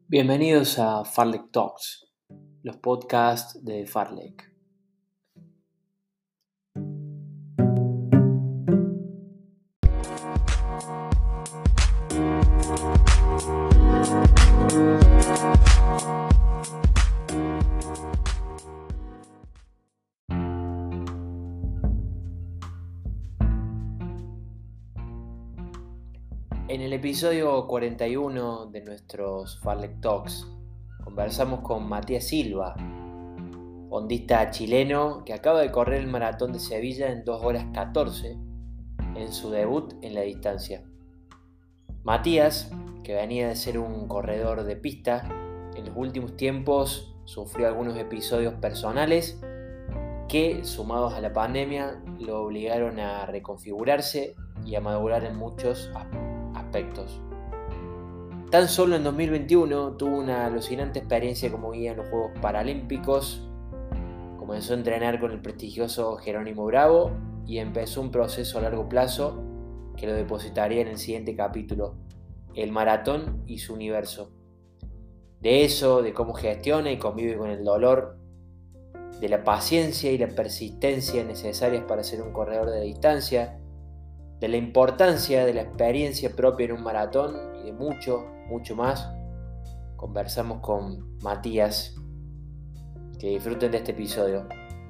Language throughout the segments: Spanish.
Bienvenidos a Farlek Talks, los podcasts de Farlek. En el episodio 41 de nuestros Farlek Talks conversamos con Matías Silva, hondista chileno que acaba de correr el maratón de Sevilla en 2 horas 14 en su debut en la distancia. Matías, que venía de ser un corredor de pista, en los últimos tiempos sufrió algunos episodios personales que, sumados a la pandemia, lo obligaron a reconfigurarse y a madurar en muchos aspectos. Tan solo en 2021 tuvo una alucinante experiencia como guía en los Juegos Paralímpicos, comenzó a entrenar con el prestigioso Jerónimo Bravo y empezó un proceso a largo plazo que lo depositaría en el siguiente capítulo, el maratón y su universo. De eso, de cómo gestiona y convive con el dolor, de la paciencia y la persistencia necesarias para ser un corredor de distancia, de la importancia de la experiencia propia en un maratón y de mucho, mucho más, conversamos con Matías. Que disfruten de este episodio.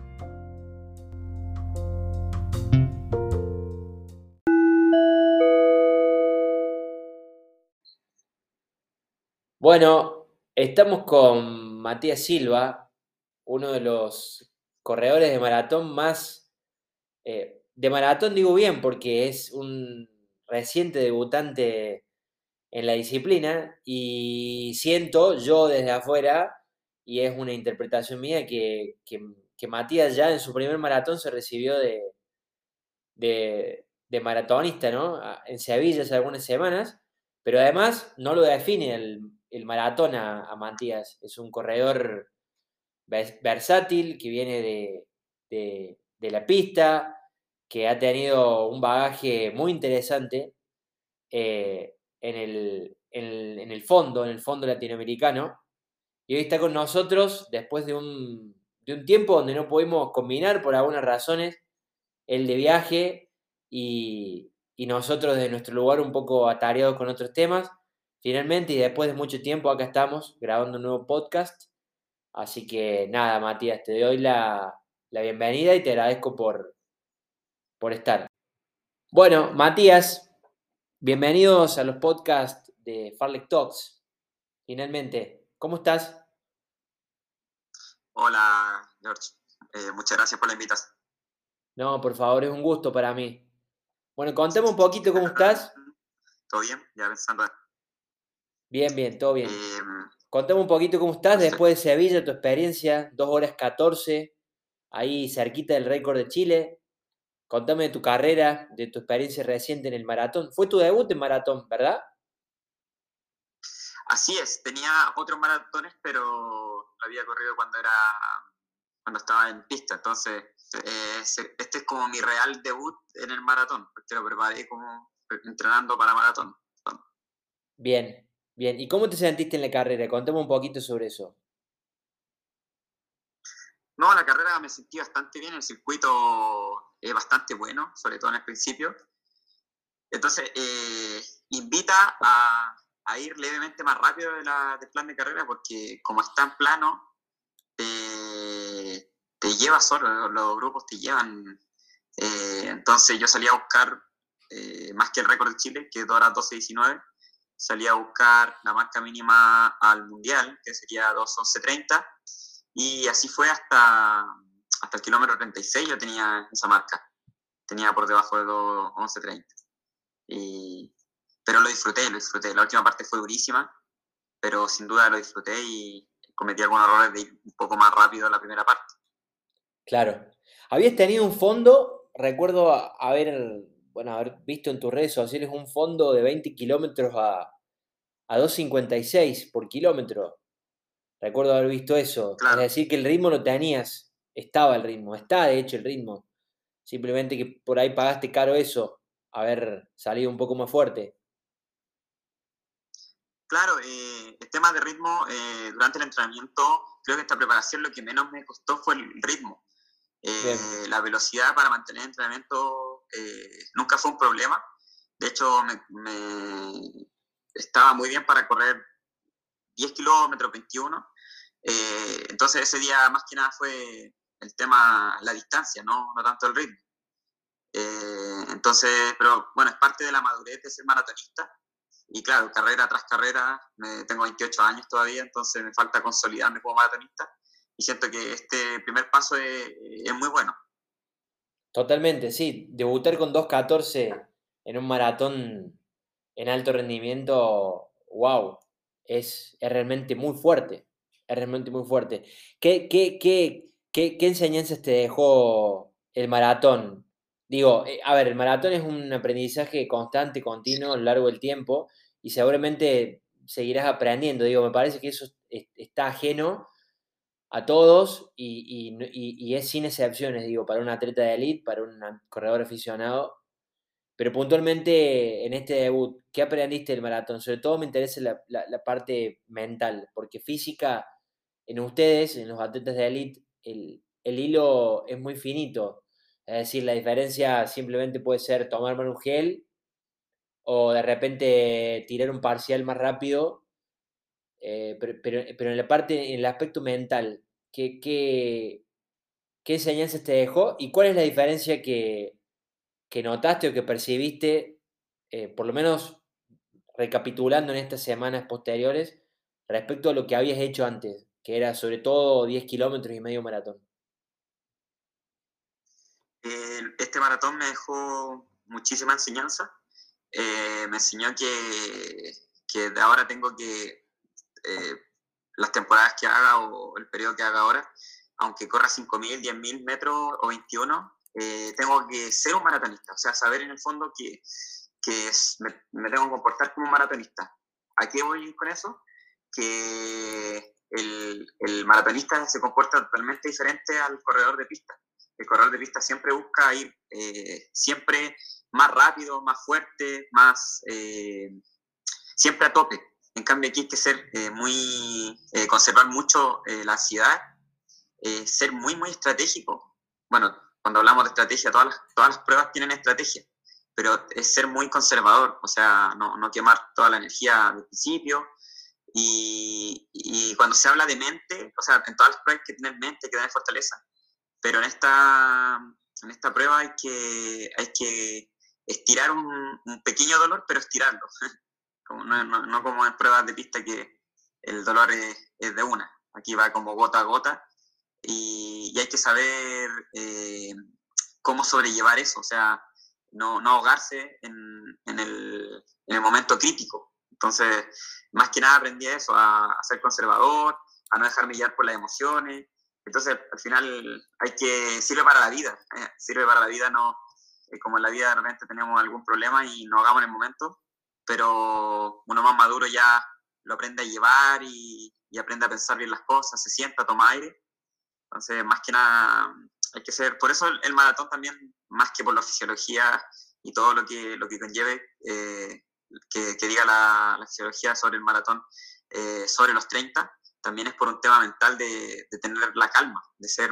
Bueno, estamos con Matías Silva, uno de los corredores de maratón más... de maratón digo bien porque es un reciente debutante en la disciplina y siento yo desde afuera, y es una interpretación mía, que Matías ya en su primer maratón se recibió de maratonista, ¿no? En Sevilla hace algunas semanas, pero además no lo define el maratón a Matías. Es un corredor versátil que viene de la pista, que ha tenido un bagaje muy interesante en el fondo latinoamericano, y hoy está con nosotros después de un tiempo donde no pudimos combinar por algunas razones, él de viaje y nosotros de nuestro lugar un poco atareados con otros temas. Finalmente, y después de mucho tiempo, acá estamos grabando un nuevo podcast. Así que nada, Matías, te doy la bienvenida y te agradezco por estar. Bueno, Matías, bienvenidos a los podcasts de Farlek Talks. Finalmente, ¿cómo estás? Hola, George. Muchas gracias por la invitación. No, por favor, es un gusto para mí. Bueno, contame un poquito cómo estás. ¿Todo bien? Ya pensando. Bien, bien, todo bien. Eh, Contame un poquito cómo estás Perfecto. después de Sevilla, tu experiencia, 2 horas 14, ahí cerquita del récord de Chile. Contame de tu carrera, de tu experiencia reciente en el maratón. Fue tu debut en maratón, ¿verdad? Así es, tenía otros maratones, pero lo había corrido cuando estaba en pista. Entonces, este es como mi real debut en el maratón, porque lo preparé como entrenando para maratón. Bien, bien. ¿Y cómo te sentiste en la carrera? Contame un poquito sobre eso. No, la carrera me sentí bastante bien, el circuito es bastante bueno, sobre todo en el principio. Entonces, invita a ir levemente más rápido del plan de carrera porque como está en plano, te lleva solo, los grupos te llevan. Entonces yo salí a buscar, más que el récord de Chile, que es 2 horas 12:19, salí a buscar la marca mínima al Mundial, que sería 2:11:30, y así fue hasta el kilómetro 36 yo tenía esa marca, tenía por debajo de 2:11:30. Pero lo disfruté, lo disfruté. La última parte fue durísima, pero sin duda lo disfruté y cometí algunos errores de ir un poco más rápido en la primera parte. Claro. Habías tenido un fondo, recuerdo haber visto en tus redes sociales un fondo de 20 kilómetros a 2:56 por kilómetro. Recuerdo haber visto eso. Es Claro, decir, que el ritmo lo tenías, estaba el ritmo, está de hecho el ritmo. Simplemente que por ahí pagaste caro eso, haber salido un poco más fuerte. Claro, el tema de ritmo, durante el entrenamiento, creo que esta preparación lo que menos me costó fue el ritmo. Bien, La velocidad para mantener el entrenamiento nunca fue un problema. De hecho, estaba muy bien para correr 10 kilómetros, 21. Entonces ese día más que nada fue el tema, la distancia, no tanto el ritmo. Entonces, pero bueno, es parte de la madurez de ser maratonista. Y claro, carrera tras carrera, tengo 28 años todavía, entonces me falta consolidarme como maratonista. Y siento que este primer paso es muy bueno. totalmente, sí. Debutar con 2:14 en un maratón en alto rendimiento, wow, es realmente muy fuerte. Es realmente muy fuerte. ¿Qué enseñanzas te dejó el maratón? Digo, a ver, el maratón es un aprendizaje constante, continuo a lo largo del tiempo y seguramente seguirás aprendiendo. Digo, me parece que eso está ajeno a todos y es sin excepciones, digo, para un atleta de élite, para un corredor aficionado. Pero puntualmente en este debut, ¿qué aprendiste del maratón? Sobre todo me interesa la parte mental, porque física, en ustedes, en los atletas de élite, el hilo es muy finito. Es decir, la diferencia simplemente puede ser tomar un gel o de repente tirar un parcial más rápido, pero en el aspecto mental, ¿qué enseñanzas te dejó y cuál es la diferencia que notaste o que percibiste, por lo menos recapitulando en estas semanas posteriores, respecto a lo que habías hecho antes, que era sobre todo 10 kilómetros y medio maratón? Este maratón me dejó muchísima enseñanza. Me enseñó que de ahora tengo que, eh, las temporadas que haga o el periodo que haga ahora, aunque corra 5.000, 10.000 metros o 21, tengo que ser un maratonista, o sea, saber en el fondo me tengo que comportar como un maratonista. ¿A qué voy con eso? Que el maratonista se comporta totalmente diferente al corredor de pista. El corredor de pista siempre busca ir siempre más rápido, más fuerte, siempre a tope. En cambio aquí hay que ser conservar mucho la ansiedad, ser muy estratégico. Bueno, cuando hablamos de estrategia, todas las pruebas tienen estrategia, pero es ser muy conservador, o sea, no quemar toda la energía del principio. Y cuando se habla de mente, o sea, en todas las pruebas hay que tener mente, hay que tener fortaleza, pero en esta prueba hay que estirar un pequeño dolor, pero estirarlo. No como en pruebas de pista que el dolor es de una. Aquí va como gota a gota y hay que saber cómo sobrellevar eso, o sea, no ahogarse en el momento crítico. Entonces, más que nada aprendí eso, a ser conservador, a no dejarme guiar por las emociones. Entonces, al final, sirve para la vida, sirve para la vida, no, como en la vida de repente tenemos algún problema y nos hagamos en el momento, pero uno más maduro ya lo aprende a llevar y aprende a pensar bien las cosas, se sienta, toma aire. Entonces, más que nada, hay que ser, por eso el maratón también, más que por la fisiología y todo lo que conlleve, que diga la fisiología sobre el maratón, sobre los 30 también es por un tema mental de tener la calma, de ser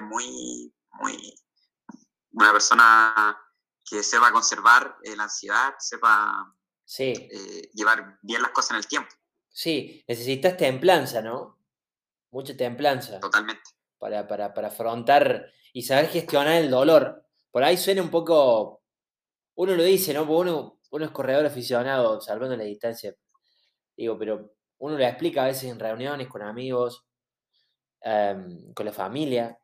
una persona que sepa conservar la ansiedad, sepa Sí, llevar bien las cosas en el tiempo, sí, necesitas templanza, ¿no? Mucha templanza totalmente. para afrontar y saber gestionar el dolor. Por ahí suena un poco, uno lo dice, ¿no? Porque uno es corredor aficionado, salvando la distancia, digo, pero uno lo explica a veces en reuniones con amigos, con la familia.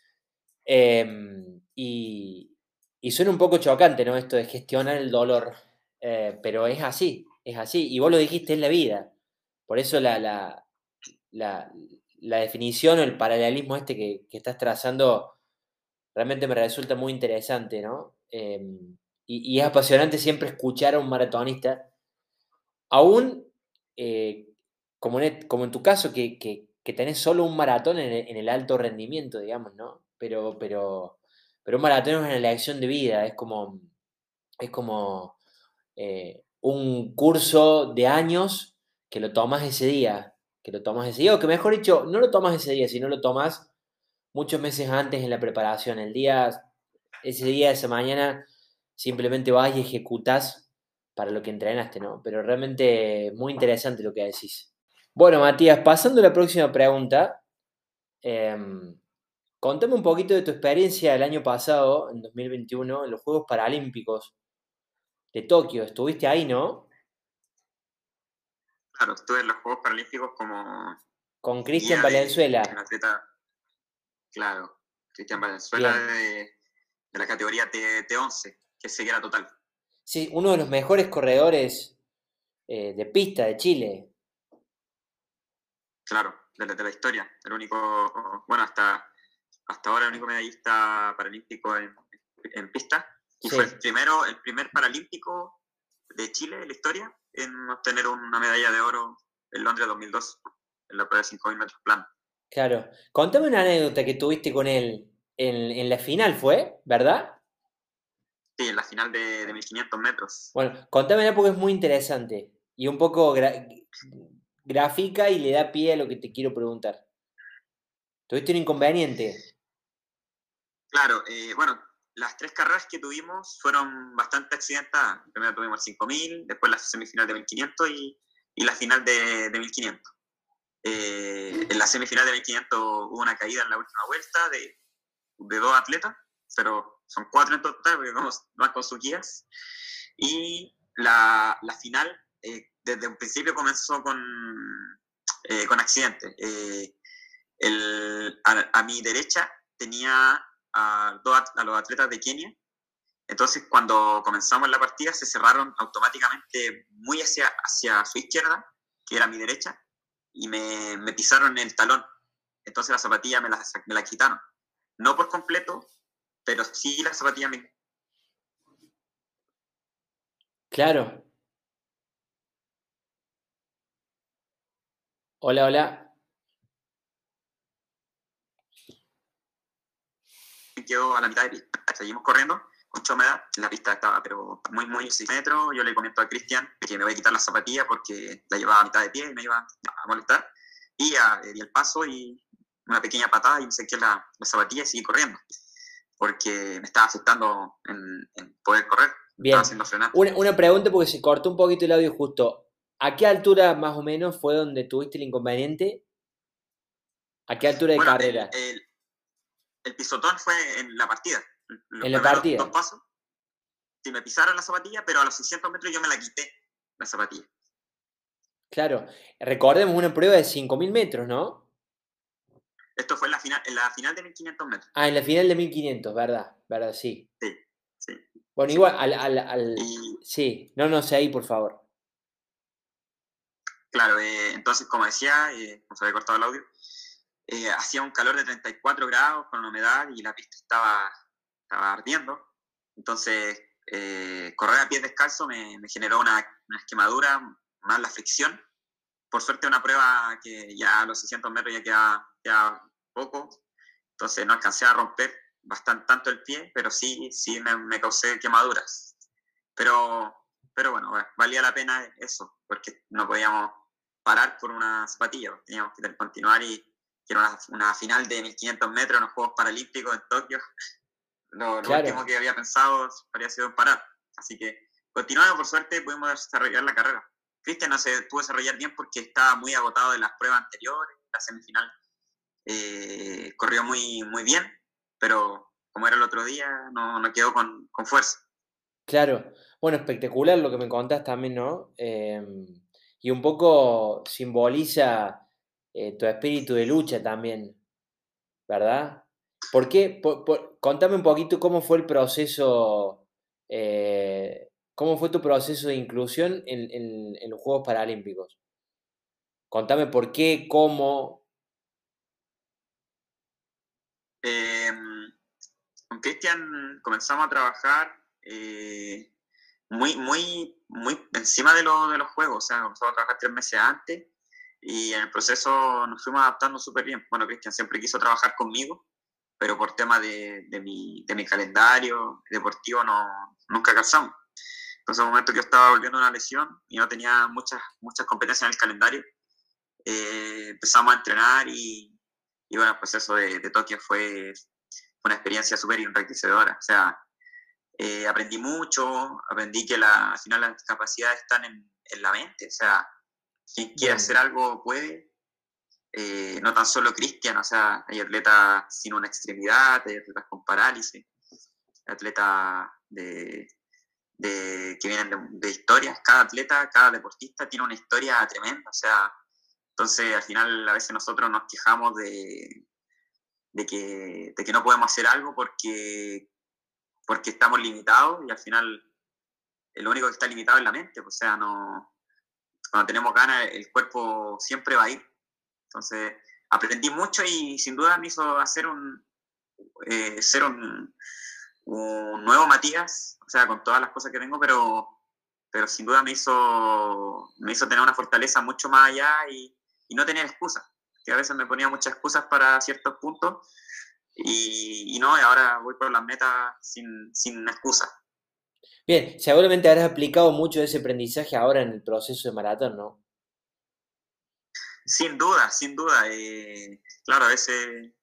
Y suena un poco chocante, ¿no? Esto de gestionar el dolor, pero es así. Y vos lo dijiste, es la vida. Por eso la, la definición o el paralelismo este que estás trazando realmente me resulta muy interesante, ¿no? Y es apasionante siempre escuchar a un maratonista, aún como en tu caso, que tenés solo un maratón en el alto rendimiento, digamos, ¿no? Pero un maratón es una elección de vida, es como un curso de años que lo tomas ese día, o que mejor dicho, no lo tomas ese día, sino lo tomas muchos meses antes en la preparación. Ese día, esa mañana, simplemente vas y ejecutás para lo que entrenaste, ¿no? Pero realmente muy interesante lo que decís. Bueno, Matías, pasando a la próxima pregunta, contame un poquito de tu experiencia el año pasado, en 2021, en los Juegos Paralímpicos de Tokio. Estuviste ahí, ¿no? Claro, estuve en los Juegos Paralímpicos como Con Cristian guía de un Valenzuela. atleta, claro, Cristian Valenzuela Bien. de la categoría T11, que es ceguera total. Sí, uno de los mejores corredores de pista de Chile. Claro, de la historia. El único, bueno, hasta ahora el único medallista paralímpico en pista. Y fue Sí, el primer paralímpico de Chile en la historia en obtener una medalla de oro en Londres 2002, en la prueba de 5.000 metros plano. claro. Contame una anécdota que tuviste con él en la final, ¿fue? ¿Verdad? Sí, en la final de 1500 metros. Bueno, contámela porque es muy interesante y un poco gráfica y le da pie a lo que te quiero preguntar. ¿Tuviste un inconveniente? Claro, bueno, las tres carreras que tuvimos fueron bastante accidentadas. Primero tuvimos el 5000, después la semifinal de 1500 y la final de 1500. En la semifinal de 1500 hubo una caída en la última vuelta de dos atletas, pero son cuatro en total, porque van con sus guías. Y la final, desde un principio comenzó con accidentes. A mi derecha tenía a los atletas de Kenia. Entonces, cuando comenzamos la partida, se cerraron automáticamente muy hacia su izquierda, que era mi derecha, y me pisaron el talón. Entonces, la zapatilla me la quitaron. No por completo, pero sí la zapatilla me Claro. Hola, hola. quedó a la mitad de pista. Seguimos corriendo con Chomeda, la pista estaba pero muy, muy 6 metros. Yo le comento a Cristian que me voy a quitar la zapatilla porque la llevaba a mitad de pie y me iba a molestar. Y di el paso y una pequeña patada y me saqué la zapatilla y seguí corriendo. Porque me estaba afectando en poder correr, me estaba Bien. haciendo frenar. Una pregunta porque se cortó un poquito el audio justo. ¿A qué altura más o menos fue donde tuviste el inconveniente? ¿A qué altura de Bueno, carrera? el pisotón fue en la partida. Los En la primeros dos partida. pasos, sí me pisaron la zapatilla, pero a los 600 metros yo me la quité, la zapatilla. Claro. Recordemos una prueba de 5.000 metros, ¿no? Esto fue en la final de 1500 metros. Ah, en la final de 1.500, ¿verdad? ¿Verdad? Sí. Sí, sí, Bueno, sí. igual, Y sí. No sé ahí, por favor. claro, entonces, como decía, como se había cortado el audio, hacía un calor de 34 grados con la humedad y la pista estaba ardiendo. Entonces, correr a pies descalzos me generó una quemadura, más la fricción. Por suerte, una prueba que ya a los 600 metros ya queda poco, entonces no alcancé a romper bastante tanto el pie, pero sí me causé quemaduras. Pero, pero bueno, valía la pena eso, porque no podíamos parar por una zapatilla, teníamos que continuar y que era una final de 1500 metros en los Juegos Paralímpicos en Tokio. Lo último Claro, que había pensado habría sido parar. Así que continuando, por suerte, pudimos desarrollar la carrera. Cristian no se pudo desarrollar bien porque estaba muy agotado de las pruebas anteriores. La semifinal corrió muy, muy bien, pero como era el otro día, no quedó con fuerza. claro. Bueno, espectacular lo que me contás también, ¿no? Y un poco simboliza tu espíritu de lucha también, ¿verdad? ¿Por qué? Contame un poquito cómo fue el proceso, cómo fue tu proceso de inclusión en los Juegos Paralímpicos. Contame por qué, cómo. Eh, con Cristian comenzamos a trabajar muy, muy, muy encima de los juegos, o sea, comenzamos a trabajar 3 meses antes y en el proceso nos fuimos adaptando súper bien. Bueno, Cristian siempre quiso trabajar conmigo, pero por tema de mi calendario deportivo nunca casamos. ese momento que yo estaba volviendo a una lesión y no tenía muchas competencias en el calendario. Empezamos a entrenar y bueno, el proceso de Tokio fue una experiencia súper enriquecedora. O sea, aprendí mucho, aprendí que al final las capacidades están en la mente. O sea, quien quiere hacer algo puede. No tan solo Cristian, o sea, hay atletas sin una extremidad, hay atletas con parálisis, hay atletas que vienen de historias. Cada atleta, cada deportista tiene una historia tremenda. O sea, entonces al final a veces nosotros nos quejamos de que no podemos hacer algo porque estamos limitados y al final lo único que está limitado es la mente. O sea, no, cuando tenemos ganas el cuerpo siempre va a ir. Entonces aprendí mucho y sin duda me hizo hacer ser un nuevo Matías, o sea, con todas las cosas que tengo, pero sin duda me hizo tener una fortaleza mucho más allá y no tener excusas, que a veces me ponía muchas excusas para ciertos puntos y no, y ahora voy por las metas sin excusas. Bien, seguramente habrás aplicado mucho de ese aprendizaje ahora en el proceso de maratón, ¿no? Sin duda, sin duda. Claro, a veces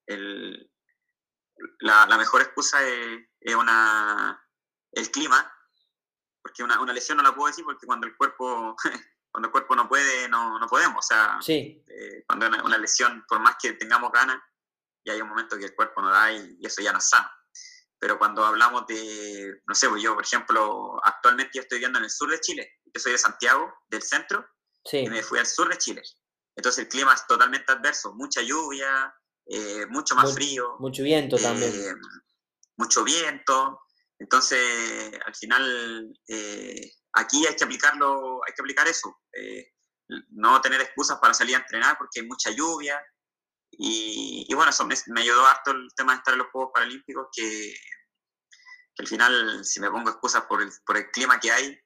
la mejor excusa es el clima, porque una lesión no la puedo decir porque cuando el cuerpo no puede, no podemos. O sea, Sí, cuando una lesión, por más que tengamos ganas, ya hay un momento que el cuerpo no da y eso ya no es sano. Pero cuando hablamos de, no sé, pues yo, por ejemplo, actualmente yo estoy viviendo en el sur de Chile. Yo soy de Santiago, del centro, y me sí, fui al sur de Chile. Entonces el clima es totalmente adverso, mucha lluvia, mucho más frío, mucho viento también. eh, mucho viento. Entonces, al final, aquí hay que aplicar eso. No tener excusas para salir a entrenar porque hay mucha lluvia. Y bueno, eso me ayudó harto el tema de estar en los Juegos Paralímpicos, que al final, si me pongo excusas por el clima que hay,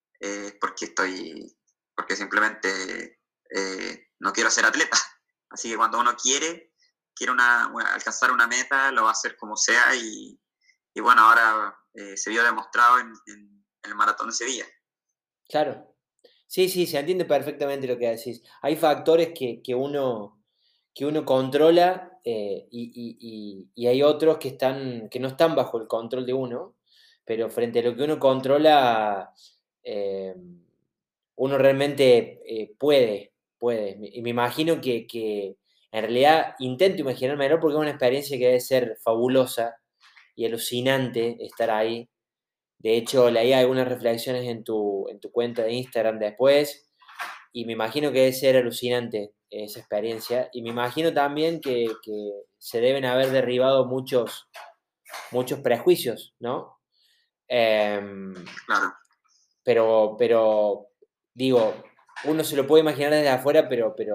porque simplemente no quiero ser atleta. Así que cuando uno quiere alcanzar una meta, lo va a hacer como sea y bueno, ahora se vio demostrado en el Maratón de Sevilla. Claro. Sí, sí, se entiende perfectamente lo que decís. Hay factores que uno controla y hay otros que no están bajo el control de uno, pero frente a lo que uno controla, eh, uno realmente puede. Y me imagino que en realidad intento imaginármelo porque es una experiencia que debe ser fabulosa y alucinante estar ahí. De hecho, leí algunas reflexiones en tu cuenta de Instagram después y me imagino que debe ser alucinante esa experiencia. Y me imagino también que se deben haber derribado muchos prejuicios, ¿no? Em, Claro, pero digo, uno se lo puede imaginar desde afuera,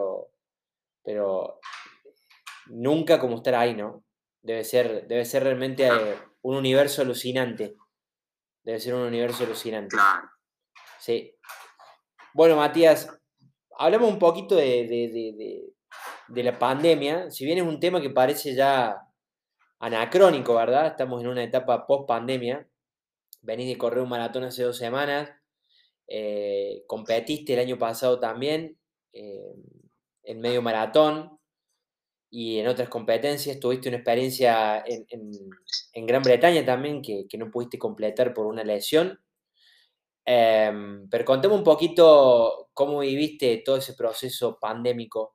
pero nunca como estar ahí, ¿no? Debe ser realmente claro, un universo alucinante. Debe ser un universo alucinante. claro. Sí. Bueno, Matías, hablamos un poquito de la pandemia. Si bien es un tema que parece ya anacrónico, ¿verdad? Estamos en una etapa post-pandemia. Venís de correr un maratón hace 2 semanas. Competiste el año pasado también eh, en medio maratón y en otras competencias. Tuviste una experiencia en Gran Bretaña también que no pudiste completar por una lesión. Pero contame un poquito cómo viviste todo ese proceso pandémico.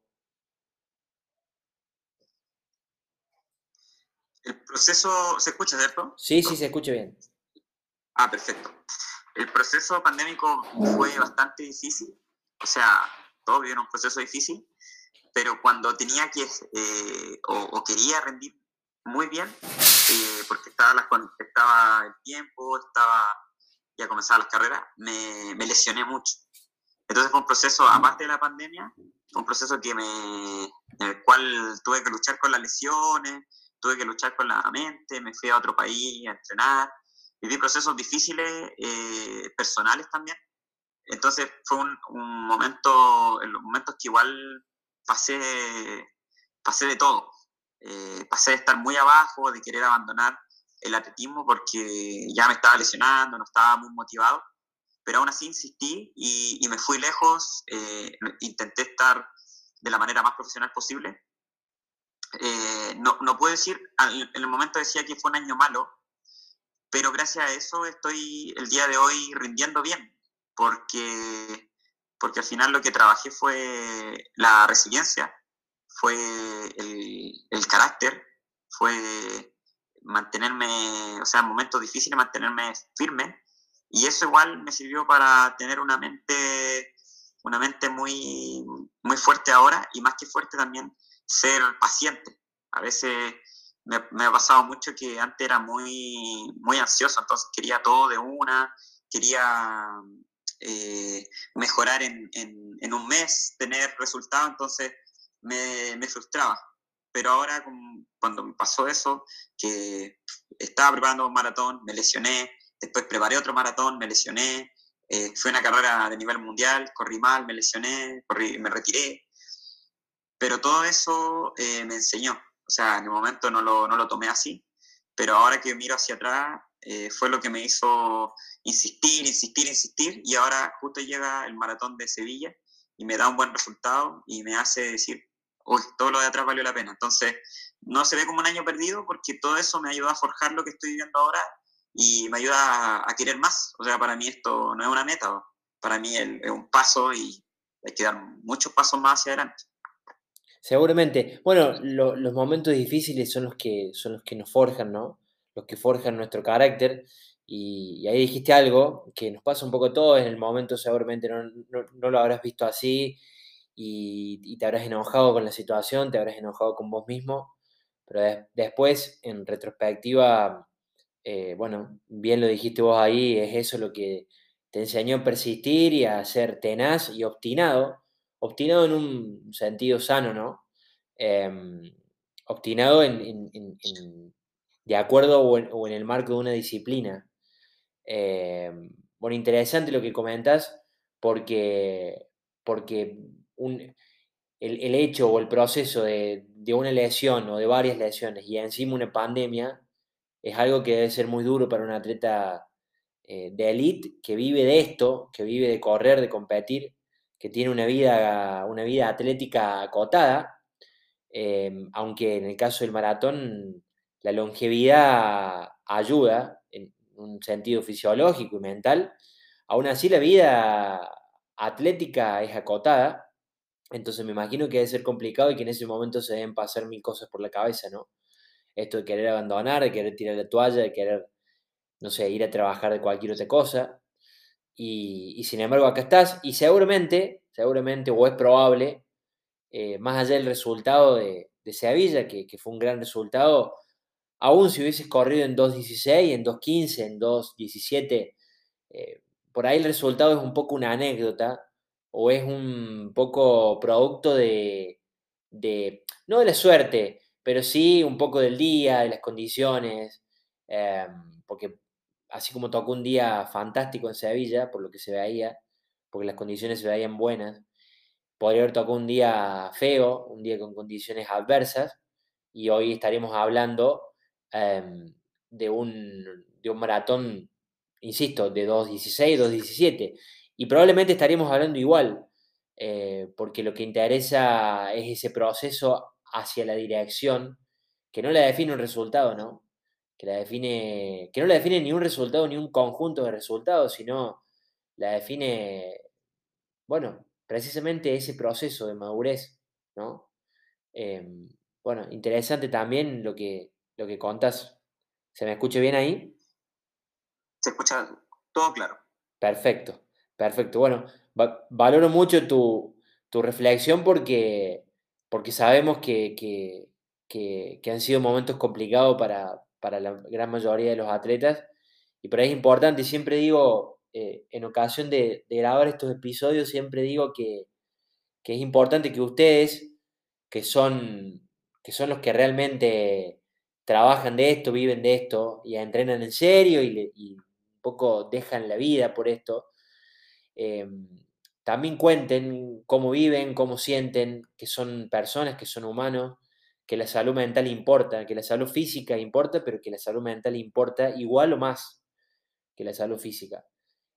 El proceso, ¿se escucha, cierto? Sí, sí, se escucha bien. Ah, perfecto. El proceso pandémico fue bastante difícil, o sea, todos vivieron un proceso difícil, pero cuando tenía o quería rendir muy bien, porque estaba el tiempo, ya comenzaban las carreras, me lesioné mucho. Entonces fue un proceso, aparte de la pandemia, fue un proceso en el cual tuve que luchar con las lesiones, tuve que luchar con la mente, me fui a otro país a entrenar, viví procesos difíciles, personales también. Entonces fue un momento, en los momentos que igual pasé de todo. Pasé de estar muy abajo, de querer abandonar el atletismo porque ya me estaba lesionando, no estaba muy motivado. pero aún así insistí y me fui lejos, intenté estar de la manera más profesional posible. No puedo decir, en el momento decía que fue un año malo, pero gracias a eso estoy el día de hoy rindiendo bien, porque al final lo que trabajé fue la resiliencia, fue el carácter, fue mantenerme, o sea, en momentos difíciles mantenerme firme, y eso igual me sirvió para tener una mente muy, muy fuerte ahora, y más que fuerte también ser paciente. A veces me ha pasado mucho que antes era muy, muy ansioso, entonces quería todo de una, quería mejorar en un mes, tener resultados, entonces me frustraba. Pero ahora, cuando me pasó eso, que estaba preparando un maratón, me lesioné, después preparé otro maratón, me lesioné, fue una carrera de nivel mundial, corrí mal, me lesioné, me retiré, pero todo eso me enseñó. O sea, en el momento no lo tomé así, pero ahora que miro hacia atrás, fue lo que me hizo insistir, insistir, insistir, y ahora justo llega el maratón de Sevilla y me da un buen resultado y me hace decir, uy, todo lo de atrás valió la pena. Entonces, no se ve como un año perdido porque todo eso me ayuda a forjar lo que estoy viviendo ahora y me ayuda a querer más. O sea, para mí esto no es una meta, para mí es un paso y hay que dar muchos pasos más hacia adelante. Seguramente. Bueno, los momentos difíciles son los que nos forjan, ¿no? Los que forjan nuestro carácter. Y ahí dijiste algo que nos pasa un poco a todos. En el momento seguramente no lo habrás visto así y te habrás enojado con la situación, te habrás enojado con vos mismo. Pero después, en retrospectiva, bueno, bien lo dijiste vos ahí, es eso lo que te enseñó a persistir y a ser tenaz y obstinado. Obstinado en un sentido sano, ¿no? Em, Obstinado de acuerdo o en el marco de una disciplina. Bueno, interesante lo que comentas porque, porque el hecho o el proceso de una lesión o de varias lesiones y encima una pandemia es algo que debe ser muy duro para un atleta de élite que vive de esto, que vive de correr, de competir, que tiene una vida atlética acotada, aunque en el caso del maratón la longevidad ayuda en un sentido fisiológico y mental, aún así la vida atlética es acotada, entonces me imagino que debe ser complicado y que en ese momento se deben pasar mil cosas por la cabeza, ¿no? Esto de querer abandonar, de querer tirar la toalla, de querer, no sé, ir a trabajar de cualquier otra cosa. Y sin embargo acá estás y seguramente, o es probable, más allá del resultado de Sevilla, que fue un gran resultado, aún si hubieses corrido en 2:16, en 2:15, en 2:17, eh, por ahí el resultado es un poco una anécdota o es un poco producto no de la suerte, pero sí un poco del día, de las condiciones, eh, porque así como tocó un día fantástico en Sevilla, por lo que se veía, porque las condiciones se veían buenas, podría haber tocado un día feo, un día con condiciones adversas, y hoy estaríamos hablando eh, de un maratón, insisto, de 2:16, 2:17, y probablemente estaríamos hablando igual, porque lo que interesa es ese proceso hacia la dirección, que no la define un resultado, ¿no? Que no la define ni un resultado ni un conjunto de resultados, sino la define, bueno, precisamente ese proceso de madurez, ¿no? Em, bueno, interesante también lo que contás. ¿Se me escucha bien ahí? Se escucha todo claro. Perfecto, perfecto. Bueno, valoro mucho tu reflexión porque sabemos que han sido momentos complicados para la gran mayoría de los atletas y por ahí es importante, siempre digo, en ocasión de grabar estos episodios, siempre digo que es importante que ustedes, que son, que son los que realmente trabajan de esto, viven de esto y entrenan en serio y un poco dejan la vida por esto, eh, también cuenten cómo viven, cómo sienten, que son personas, que son humanos, que la salud mental importa, que la salud física importa, pero que la salud mental importa igual o más que la salud física.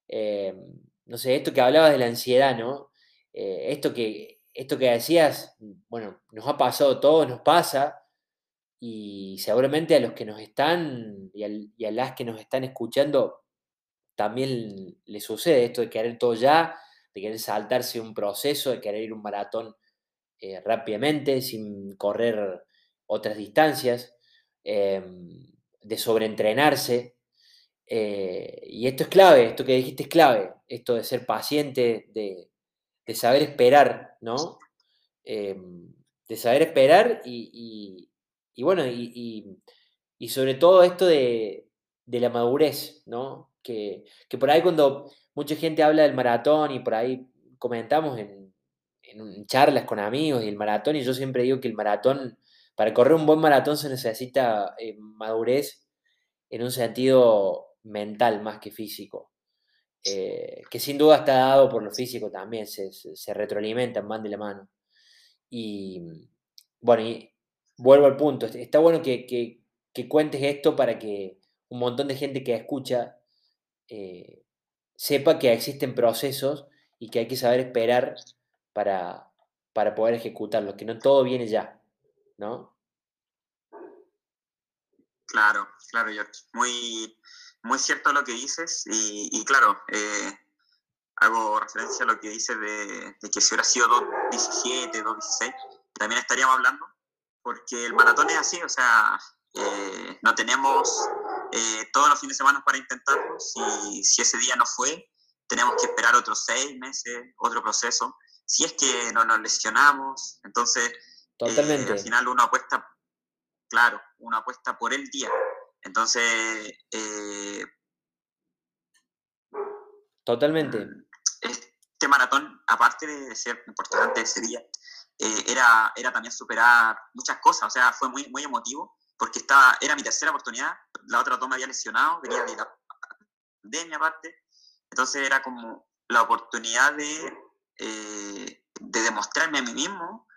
Eh, no sé, esto que hablabas de la ansiedad, ¿no? Esto que decías, bueno, nos ha pasado a todos, nos pasa, y seguramente a los que nos están y a las que nos están escuchando también les sucede esto de querer todo ya, de querer saltarse un proceso, de querer ir un maratón rápidamente, sin correr otras distancias, eh, de sobreentrenarse. Y esto es clave, esto que dijiste es clave, esto de ser paciente, de saber esperar, ¿no? Eh, de saber esperar y bueno, y sobre todo esto de la madurez, ¿no? Que por ahí cuando mucha gente habla del maratón y por ahí comentamos en charlas con amigos y el maratón, y yo siempre digo que el maratón, para correr un buen maratón se necesita madurez en un sentido mental más que físico, que sin duda está dado por lo físico también, se retroalimentan, van de la mano. Y bueno, y vuelvo al punto, está bueno que cuentes esto para que un montón de gente que escucha eh, sepa que existen procesos y que hay que saber esperar para, para poder ejecutarlos, que no todo viene ya, ¿no? Claro, claro, George. Muy, muy cierto lo que dices y claro, hago referencia a lo que dices de que si hubiera sido 2:17, 2:16, también estaríamos hablando, porque el maratón es así, o sea, no tenemos todos los fines de semana para intentarlo. Si ese día no fue, tenemos que esperar otros 6 meses, otro proceso. Si es que no nos lesionamos, entonces al Totalmente, final uno apuesta, claro, uno apuesta por el día. Entonces, totalmente, este maratón, aparte de ser importante ese día, era también superar muchas cosas, o sea, fue muy, muy emotivo, porque era mi tercera oportunidad, la otra dos me había lesionado, venía de la pandemia aparte, entonces era como la oportunidad de demostrarme a mí mismo,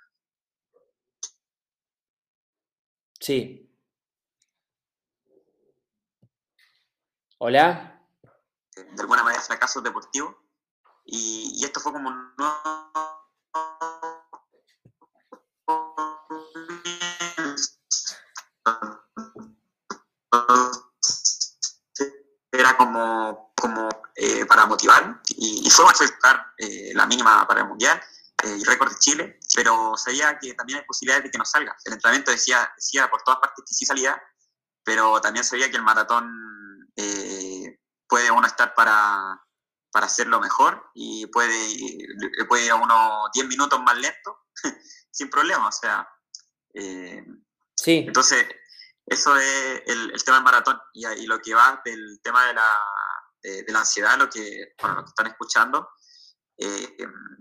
sí. ¿Hola? de alguna manera, fracasos deportivos, y esto fue como un nuevo era como para motivar y fue buscar la mínima para el mundial y récord de Chile, pero sabía que también hay posibilidades de que no salga. El entrenamiento decía por todas partes que sí salía, pero también sabía que el maratón puede uno estar para hacerlo mejor y puede ir a unos 10 minutos más lento sin problema, o sea, eh, Sí, entonces, eso es el tema del maratón y lo que va del tema de la ansiedad, para los que están escuchando, eh,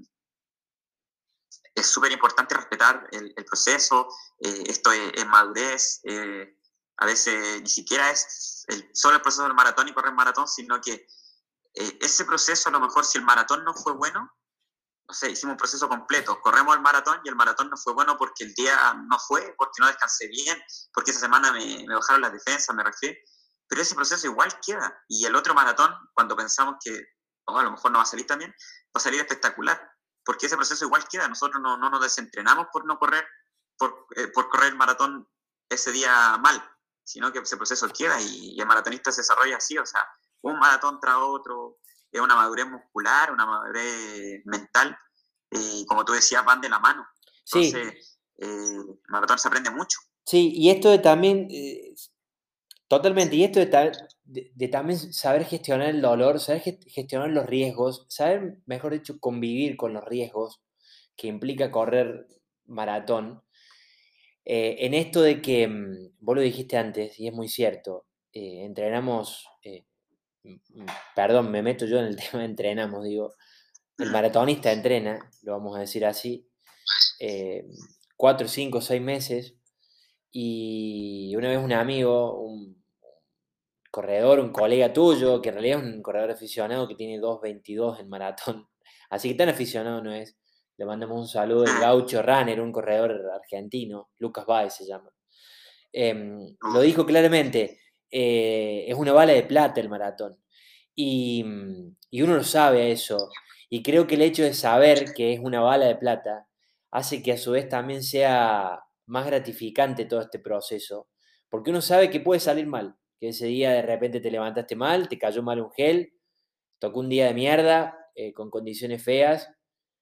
es súper importante respetar el proceso, esto es madurez, a veces ni siquiera es solo el proceso del maratón y correr maratón, sino que ese proceso a lo mejor si el maratón no fue bueno, no sé, hicimos un proceso completo, corremos el maratón y el maratón no fue bueno porque el día no fue, porque no descansé bien, porque esa semana me bajaron las defensas, me refiero, pero ese proceso igual queda. Y el otro maratón, cuando pensamos que oh, a lo mejor no va a salir también, va a salir espectacular, porque ese proceso igual queda. Nosotros no nos desentrenamos por no correr, por correr el maratón ese día mal, sino que ese proceso queda y el maratonista se desarrolla así, o sea, un maratón tras otro, es una madurez muscular, una madurez mental, y como tú decías, van de la mano. sí, Entonces, maratón se aprende mucho. sí, y esto de también, totalmente, y esto de también saber gestionar el dolor, saber gestionar los riesgos, saber, mejor dicho, convivir con los riesgos que implica correr maratón, en esto de que, vos lo dijiste antes, y es muy cierto, entrenamos, perdón, me meto yo en el tema de entrenamos, digo, el maratonista entrena, lo vamos a decir así, eh, 4, 5, 6 meses, y una vez un amigo, un corredor, un colega tuyo, que en realidad es un corredor aficionado que tiene 2:22 en maratón, así que tan aficionado no es, le mandamos un saludo, el Gaucho Runner, un corredor argentino, Lucas Báez se llama. Lo dijo claramente, es una bala de plata el maratón. y uno lo sabe eso. Y creo que el hecho de saber que es una bala de plata hace que a su vez también sea más gratificante todo este proceso, porque uno sabe que puede salir mal, que ese día de repente te levantaste mal, te cayó mal un gel, tocó un día de mierda, con condiciones feas,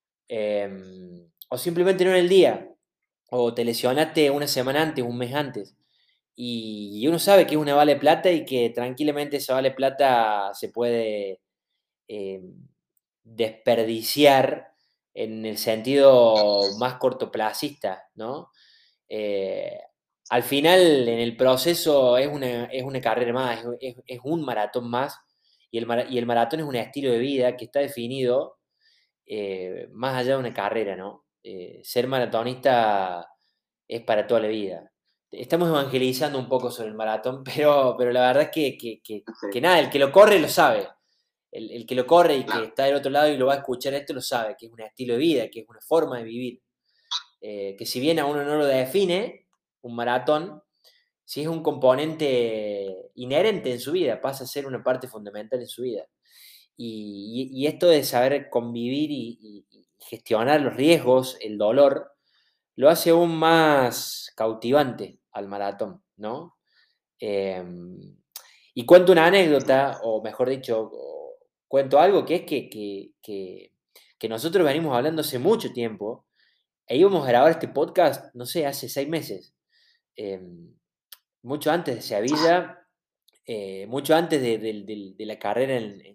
o simplemente no en el día, o te lesionaste una semana antes, un mes antes. Y uno sabe que es una bala de plata y que tranquilamente esa bala de plata se puede eh, desperdiciar en el sentido más cortoplacista, ¿no? Eh, Al final, en el proceso, es una carrera más, es un maratón más, y el maratón es un estilo de vida que está definido más allá de una carrera, ¿no? Ser maratonista es para toda la vida. Estamos evangelizando un poco sobre el maratón, pero la verdad es que nada, el que lo corre lo sabe. El que lo corre y que Claro, está del otro lado y lo va a escuchar esto lo sabe, que es un estilo de vida, que es una forma de vivir. Que si bien a uno no lo define, un maratón, sí es un componente inherente en su vida, pasa a ser una parte fundamental en su vida. Y esto de saber convivir y gestionar los riesgos, el dolor, lo hace aún más cautivante al maratón, ¿no? Eh, y cuento una sí, anécdota, o mejor dicho, cuento algo que es que nosotros venimos hablando hace mucho tiempo e íbamos a grabar este podcast, no sé, hace 6 meses, eh, mucho antes de Sevilla, mucho antes de la carrera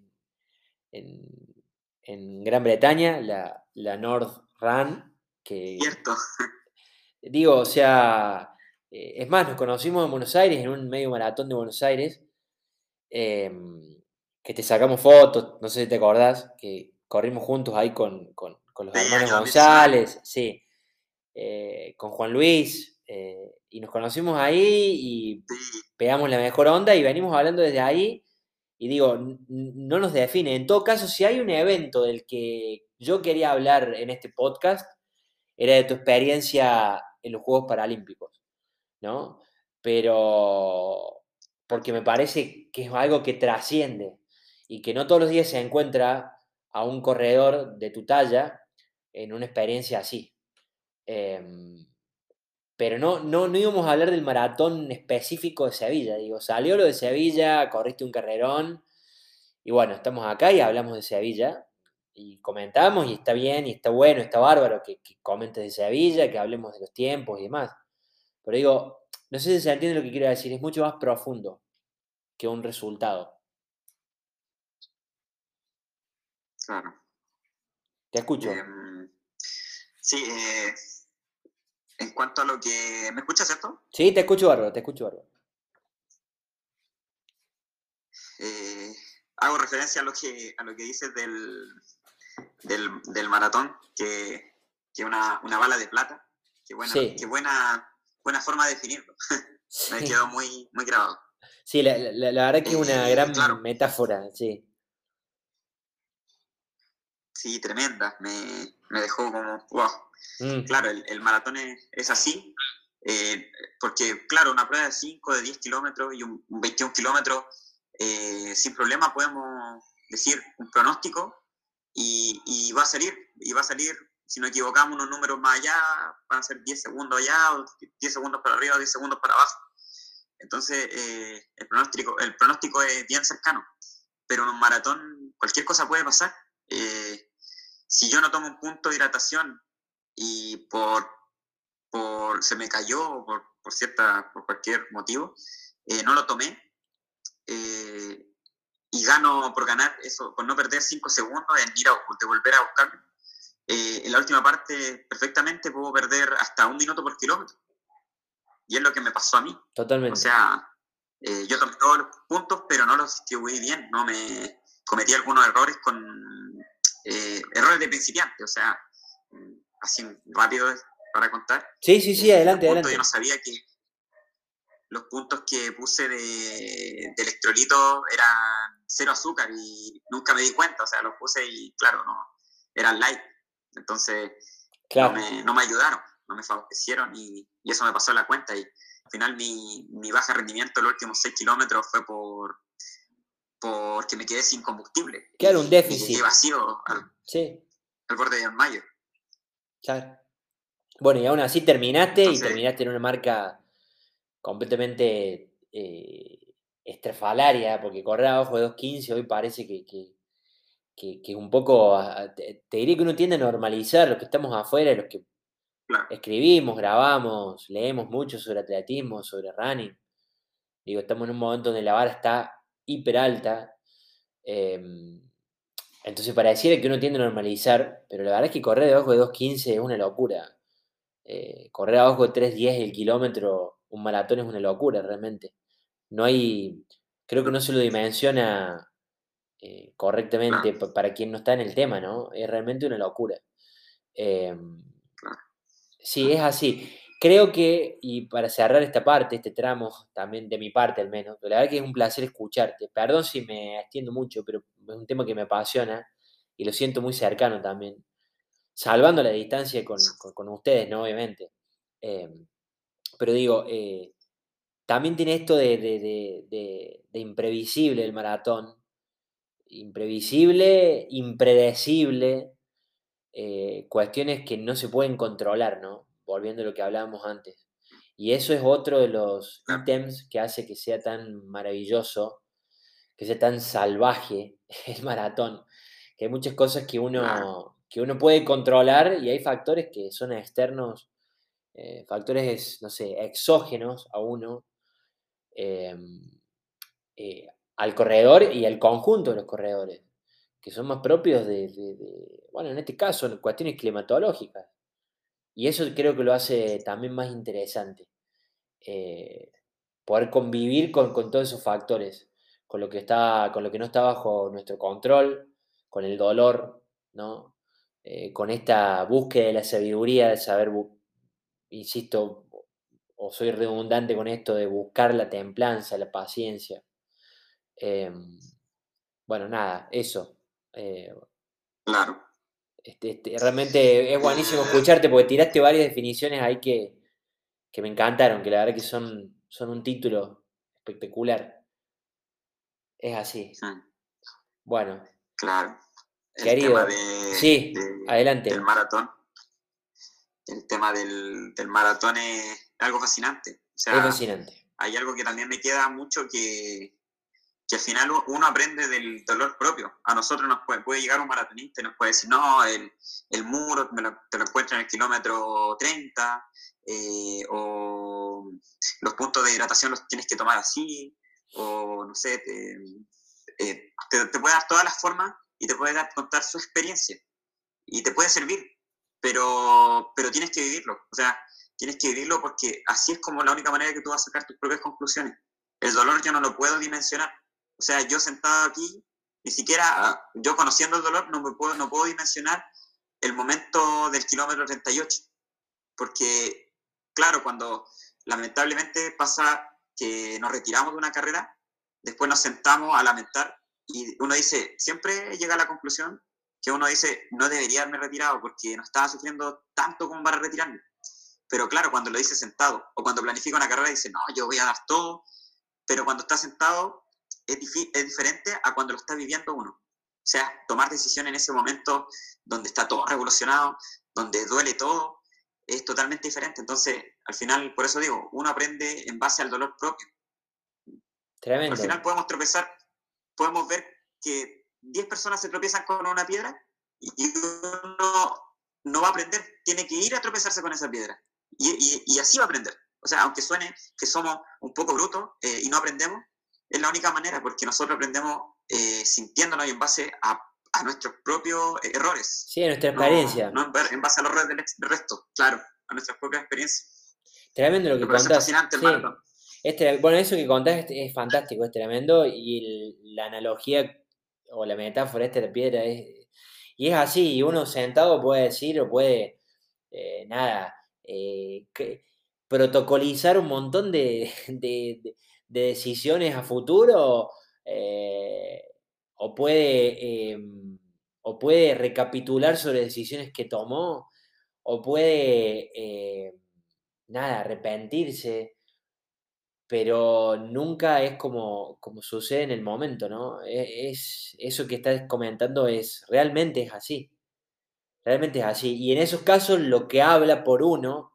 en, en Gran Bretaña, la North Run, que cierto. digo, o sea, es más, nos conocimos en Buenos Aires, en un medio maratón de Buenos Aires, eh, que te sacamos fotos, no sé si te acordás, que corrimos juntos ahí con los Sí, hermanos año 2019. González, sí, con Juan Luis, y nos conocimos ahí y Sí, pegamos la mejor onda y venimos hablando desde ahí. Y digo, no nos define. En todo caso, si hay un evento del que yo quería hablar en este podcast, era de tu experiencia en los Juegos Paralímpicos, ¿no? Pero porque me perfecto. parece que es algo que trasciende y que no todos los días se encuentra a un corredor de tu talla en una experiencia así. Em, pero no íbamos a hablar del maratón específico de Sevilla, digo, salió lo de Sevilla, corriste un carrerón, y bueno, estamos acá y hablamos de Sevilla, y comentamos, y está bien, y está bueno, está bárbaro que comentes de Sevilla, que hablemos de los tiempos y demás. Pero digo, no sé si se entiende lo que quiero decir, es mucho más profundo que un resultado. Claro. Te escucho. Em, sí, en cuanto a lo que... ¿Me escuchas, cierto? Sí, te escucho bárbaro, te escucho bárbaro. Eh, Hago referencia a lo que dices del maratón, que una bala de plata. Sí, Buena forma de definirlo. Me quedó sí, muy grabado. sí, la verdad que es una gran Claro, metáfora, sí. sí, tremenda. Me dejó como, wow. Mm, Claro, el maratón es así, eh, porque claro, una prueba de 5 de 10 kilómetros y un 21 kilómetros, sin problema podemos decir un pronóstico y va a salir, si no equivocamos unos números más allá, van a ser 10 segundos allá, o 10 segundos para arriba, o 10 segundos para abajo. Entonces, el pronóstico es bien cercano, pero en un maratón cualquier cosa puede pasar. Si yo no tomo un punto de hidratación y se me cayó por cualquier motivo, no lo tomé, eh, y gano por ganar eso, por no perder 5 segundos en de volver a buscarlo. En la última parte perfectamente puedo perder hasta 1 minuto por kilómetro, y es lo que me pasó a mí. O totalmente. sea, yo tomé todos los puntos, pero no los distribuí bien, no me cometí algunos errores errores de principiante, o sea, así rápido para contar. Sí, sí, sí, Los adelante, puntos yo no adelante. sabía que los puntos que puse de electrolito eran cero azúcar y nunca me di cuenta, o sea, los puse y claro, no, eran light, entonces Claro. no me ayudaron, no me favorecieron y eso me pasó la cuenta y al final mi baja rendimiento los últimos 6 kilómetros fue porque me quedé sin combustible Claro, un y me déficit. quedé vacío Sí, al borde del mayo. claro. Bueno, y aún así terminaste y Entonces, terminaste en una marca completamente estrafalaria, porque correr abajo de 2:15 hoy parece que un poco, te diría que uno tiende a normalizar los que estamos afuera, los que claro, escribimos, grabamos, leemos mucho sobre atletismo, sobre running. Digo, estamos en un momento donde la vara está hiper alta. Entonces pareciera que uno tiende a normalizar, pero la verdad es que correr debajo de 2:15 es una locura. Correr abajo de 3:10 el kilómetro, un maratón es una locura realmente. No hay, creo que no se lo dimensiona correctamente claro, para quien no está en el tema, ¿no? Es realmente una locura. Eh, claro. sí, es así. Creo que, y para cerrar esta parte, este tramo, también de mi parte al menos, la verdad que es un placer escucharte. Perdón si me extiendo mucho, pero es un tema que me apasiona y lo siento muy cercano también. Salvando la distancia con ustedes, ¿no? Obviamente. Eh, pero digo, también tiene esto de imprevisible el maratón. Imprevisible, impredecible, cuestiones que no se pueden controlar, ¿no? Volviendo a lo que hablábamos antes. Y eso es otro de los Claro, ítems que hace que sea tan maravilloso, que sea tan salvaje el maratón, que hay muchas cosas claro, que uno puede controlar y hay factores que son externos, factores, no sé, exógenos a uno, eh, eh, al corredor y al conjunto de los corredores, que son más propios bueno, en este caso, en cuestiones climatológicas. Y eso creo que lo hace también más interesante, eh, poder convivir con todos esos factores, con lo que no está bajo nuestro control, con el dolor, ¿no? Con esta búsqueda de la sabiduría, de saber, insisto, o soy redundante con esto de buscar la templanza, la paciencia. Em, bueno, nada, eso. Eh, claro. realmente es buenísimo escucharte porque tiraste varias definiciones ahí que me encantaron, que la verdad que son un título espectacular. Es así. Mm, Bueno, claro. El tema querido, sí, del adelante. maratón, el tema del maratón es algo fascinante. O Es sea, fascinante. hay algo que también me queda mucho que al final uno aprende del dolor propio. A nosotros nos puede llegar un maratonista y nos puede decir, no, el muro te lo encuentras en el kilómetro 30, o los puntos de hidratación los tienes que tomar así, o no sé, te puede dar todas las formas y te puede contar su experiencia y te puede servir, pero tienes que vivirlo. O sea, tienes que vivirlo porque así es como la única manera que tú vas a sacar tus propias conclusiones. El dolor yo no lo puedo dimensionar. O sea, yo sentado aquí, ni siquiera yo conociendo el dolor no puedo dimensionar el momento del kilómetro 38. Porque, claro, cuando lamentablemente pasa que nos retiramos de una carrera, después nos sentamos a lamentar y uno dice, siempre llega a la conclusión que uno dice, no debería haberme retirado porque no estaba sufriendo tanto como para retirarme. Pero claro, cuando lo dice sentado o cuando planifica una carrera dice, no, yo voy a dar todo, pero cuando está sentado es diferente a cuando lo está viviendo uno. O sea, tomar decisión en ese momento donde está todo revolucionado, donde duele todo, es totalmente diferente. Entonces, al final, por eso digo, uno aprende en base al dolor propio. Al Tremendo. final podemos tropezar, podemos ver que 10 personas se tropiezan con una piedra y uno no va a aprender, tiene que ir a tropezarse con esa piedra. Y así va a aprender. O sea, aunque suene que somos un poco brutos y no aprendemos, es la única manera, porque nosotros aprendemos sintiéndonos y en base a nuestros propios errores, Sí, nuestra no, experiencia. no en base a los errores del resto, claro, a nuestras propias experiencias. Tremendo lo que Por eso es contás. fascinante el maratón. Sí. Bueno, eso que contás es fantástico, es tremendo. Y la analogía o la metáfora esta de la piedra y es así. Y uno sentado puede decir o puede, nada, protocolizar un montón de decisiones a futuro, eh, o puede, o puede recapitular sobre decisiones que tomó, o puede, nada, arrepentirse, pero nunca es como sucede en el momento, ¿no? Eso que estás comentando realmente es así, realmente es así. Y en esos casos lo que habla por uno,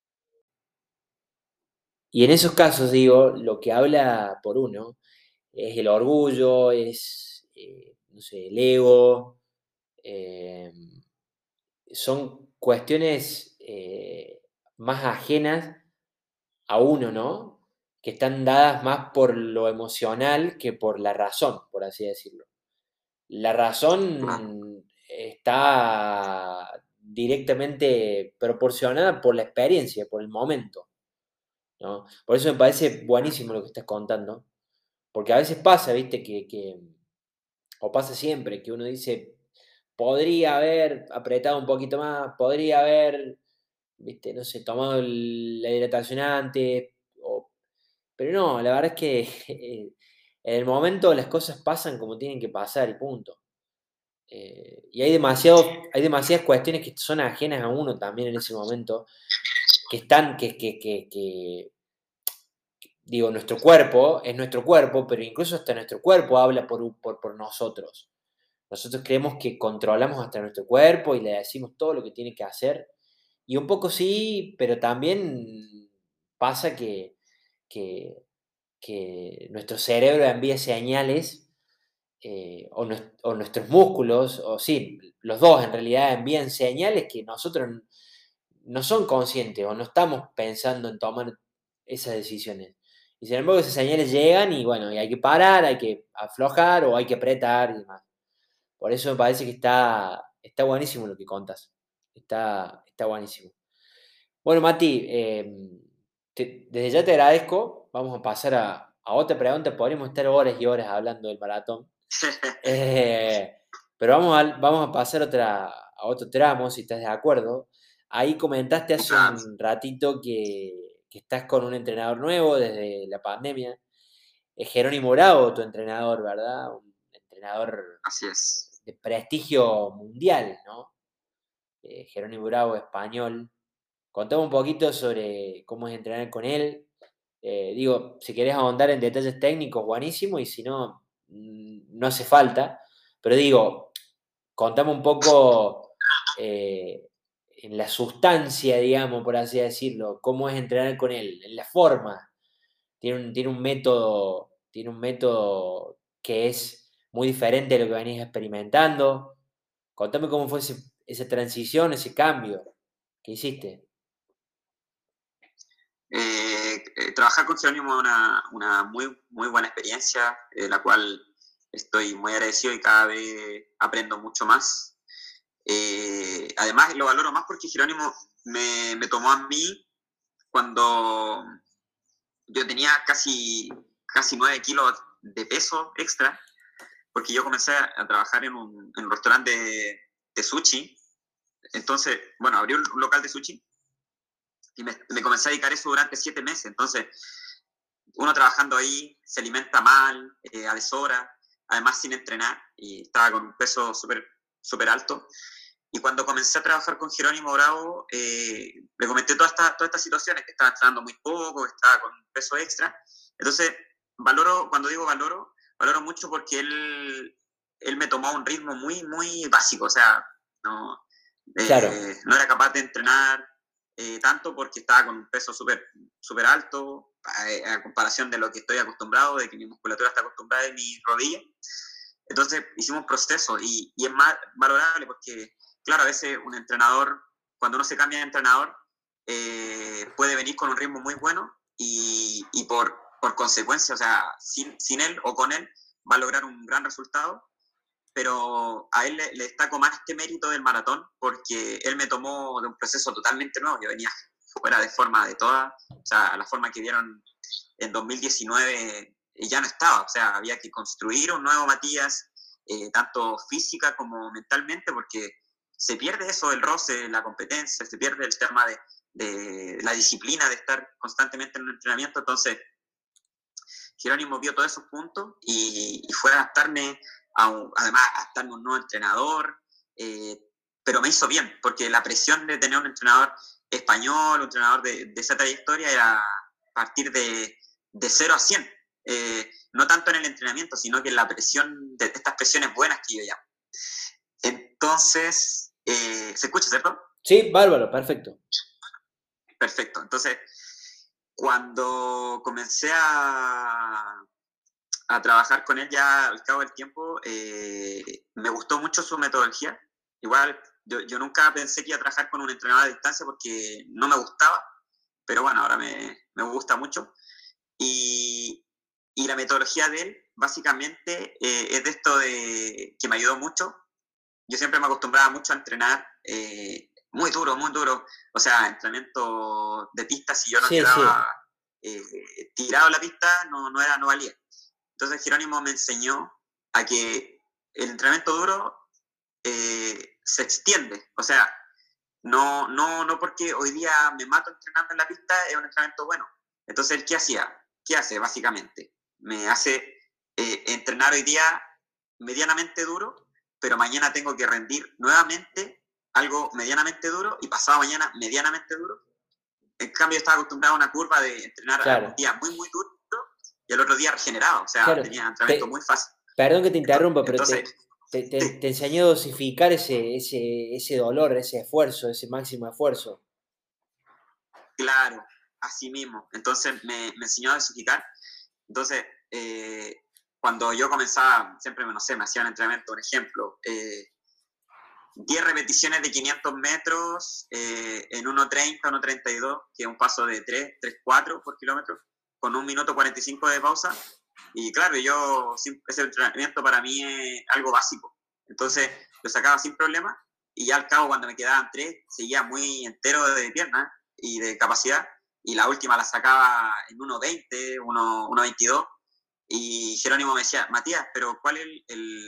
y en esos casos digo, lo que habla por uno es el orgullo, no sé, el ego, eh, son cuestiones más ajenas a uno, ¿no? Que están dadas más por lo emocional que por la razón, por así decirlo. La Claro, razón está directamente proporcionada por la experiencia, por el momento, ¿no? Por eso me parece buenísimo lo que estás contando, porque a veces pasa, ¿viste? O pasa siempre, que uno dice, podría haber apretado un poquito más, podría haber, ¿viste? No sé, tomado la hidratación antes, pero no, la verdad es que en el momento las cosas pasan como tienen que pasar y punto. Y hay demasiadas cuestiones que son ajenas a uno también en ese momento, que están, digo, nuestro cuerpo es nuestro cuerpo, pero incluso hasta nuestro cuerpo habla por nosotros. Nosotros creemos que controlamos hasta nuestro cuerpo y le decimos todo lo que tiene que hacer. Y un poco sí, pero también pasa que, que nuestro cerebro envía señales, o nuestros músculos, o sí, los dos en realidad envían señales que nosotros no son conscientes o no estamos pensando en tomar esas decisiones. Y sin embargo esas señales llegan y bueno, y hay que parar, hay que aflojar o hay que apretar y demás. Por eso me parece que está buenísimo lo que contas. Está buenísimo. Bueno, Mati, desde ya te agradezco. Vamos a pasar a otra pregunta. Podríamos estar horas y horas hablando del maratón. Eh, pero vamos a pasar a otro tramo, si estás de acuerdo. Ahí comentaste hace claro, un ratito que estás con un entrenador nuevo desde la pandemia. Es Jerónimo Bravo, tu entrenador, ¿verdad? Un entrenador así es. de prestigio mundial, ¿no? Jerónimo Bravo, español. Contame un poquito sobre cómo es entrenar con él. Digo, si querés ahondar en detalles técnicos, buenísimo, y si no, no hace falta. Pero digo, contame un poco en la sustancia, digamos, por así decirlo, cómo es entrenar con él, en la forma. Tiene un método que es muy diferente a lo que venís experimentando. Contame cómo fue esa transición, ese cambio que hiciste. Trabajar con Jerónimo es una muy, muy buena experiencia, la cual estoy muy agradecido y cada vez aprendo mucho más. Además, lo valoro más porque Jerónimo me tomó a mí cuando yo tenía casi 9 kilos de peso extra, porque yo comencé a trabajar en un restaurante de sushi. Entonces, bueno, abrí un local de sushi y me comencé a dedicar a eso durante 7 meses. Entonces, uno trabajando ahí se alimenta mal, a deshora, además sin entrenar, y estaba con un peso súper alto. Y cuando comencé a trabajar con Jerónimo Bravo, le comenté todas estas situaciones, que estaba entrenando muy poco, que estaba con un peso extra. Entonces, cuando digo valoro mucho porque él me tomó a un ritmo muy, muy básico, o sea, no, Claro, no era capaz de entrenar tanto porque estaba con un peso súper alto, a comparación de lo que estoy acostumbrado, de que mi musculatura está acostumbrada de mi rodilla. Entonces hicimos un proceso y es más valorable porque, claro, a veces un entrenador, cuando uno se cambia de entrenador, puede venir con un ritmo muy bueno y por consecuencia, o sea, sin él o con él, va a lograr un gran resultado, pero a él le destaco más este mérito del maratón porque él me tomó de un proceso totalmente nuevo. Yo venía fuera de forma de toda, o sea, la forma que dieron en 2019 ya no estaba, o sea, había que construir un nuevo Matías, tanto física como mentalmente, porque se pierde eso, el roce, la competencia, se pierde el tema de la disciplina de estar constantemente en un entrenamiento. Entonces, Jerónimo vio todos esos puntos y fue a adaptarme, además, a adaptarme a un nuevo entrenador, eh, pero me hizo bien, porque la presión de tener un entrenador español, un entrenador de esa trayectoria, era partir de 0 a 100. No tanto en el entrenamiento, sino que en la presión, de estas presiones buenas que yo llamo. Entonces, ¿se escucha, cierto? Sí, bárbaro, perfecto. Perfecto. Entonces, cuando comencé a trabajar con él ya al cabo del tiempo, me gustó mucho su metodología. Igual, yo nunca pensé que iba a trabajar con un entrenador a distancia porque no me gustaba, pero bueno, ahora me gusta mucho. Y la metodología de él, básicamente, es de esto de que me ayudó mucho. Yo siempre me acostumbraba mucho a entrenar muy duro, muy duro. O sea, entrenamiento de pista, si yo no Sí, sí, quedaba tirado en la pista, no valía. Entonces Jerónimo me enseñó a que el entrenamiento duro se extiende. O sea, no porque hoy día me mato entrenando en la pista es un entrenamiento bueno. Entonces, ¿qué hacía? ¿Qué hace básicamente? Me hace entrenar hoy día medianamente duro, pero mañana tengo que rendir nuevamente algo medianamente duro y pasado mañana medianamente duro. En cambio, estaba acostumbrado a una curva de entrenar algún claro, día muy, muy duro y al otro día regenerado. O sea, claro. tenía entrenamiento muy fácil. Perdón que te interrumpa, pero Entonces, te sí, enseñó a dosificar ese dolor, ese esfuerzo, ese máximo esfuerzo. claro, así mismo. Entonces me enseñó a dosificar. Entonces, cuando yo comenzaba, siempre, no sé, me hacía un entrenamiento, por ejemplo, 10 repeticiones de 500 metros en 1:30, 1:32, que es un paso de 3, 4 por kilómetro, con 1 minuto 45 de pausa. Y claro, ese entrenamiento para mí es algo básico. Entonces, lo sacaba sin problema y ya al cabo, cuando me quedaban 3, seguía muy entero de pierna y de capacidad. Y la última la sacaba en 1:20, 1:22. Y Jerónimo me decía, Matías, pero ¿cuál es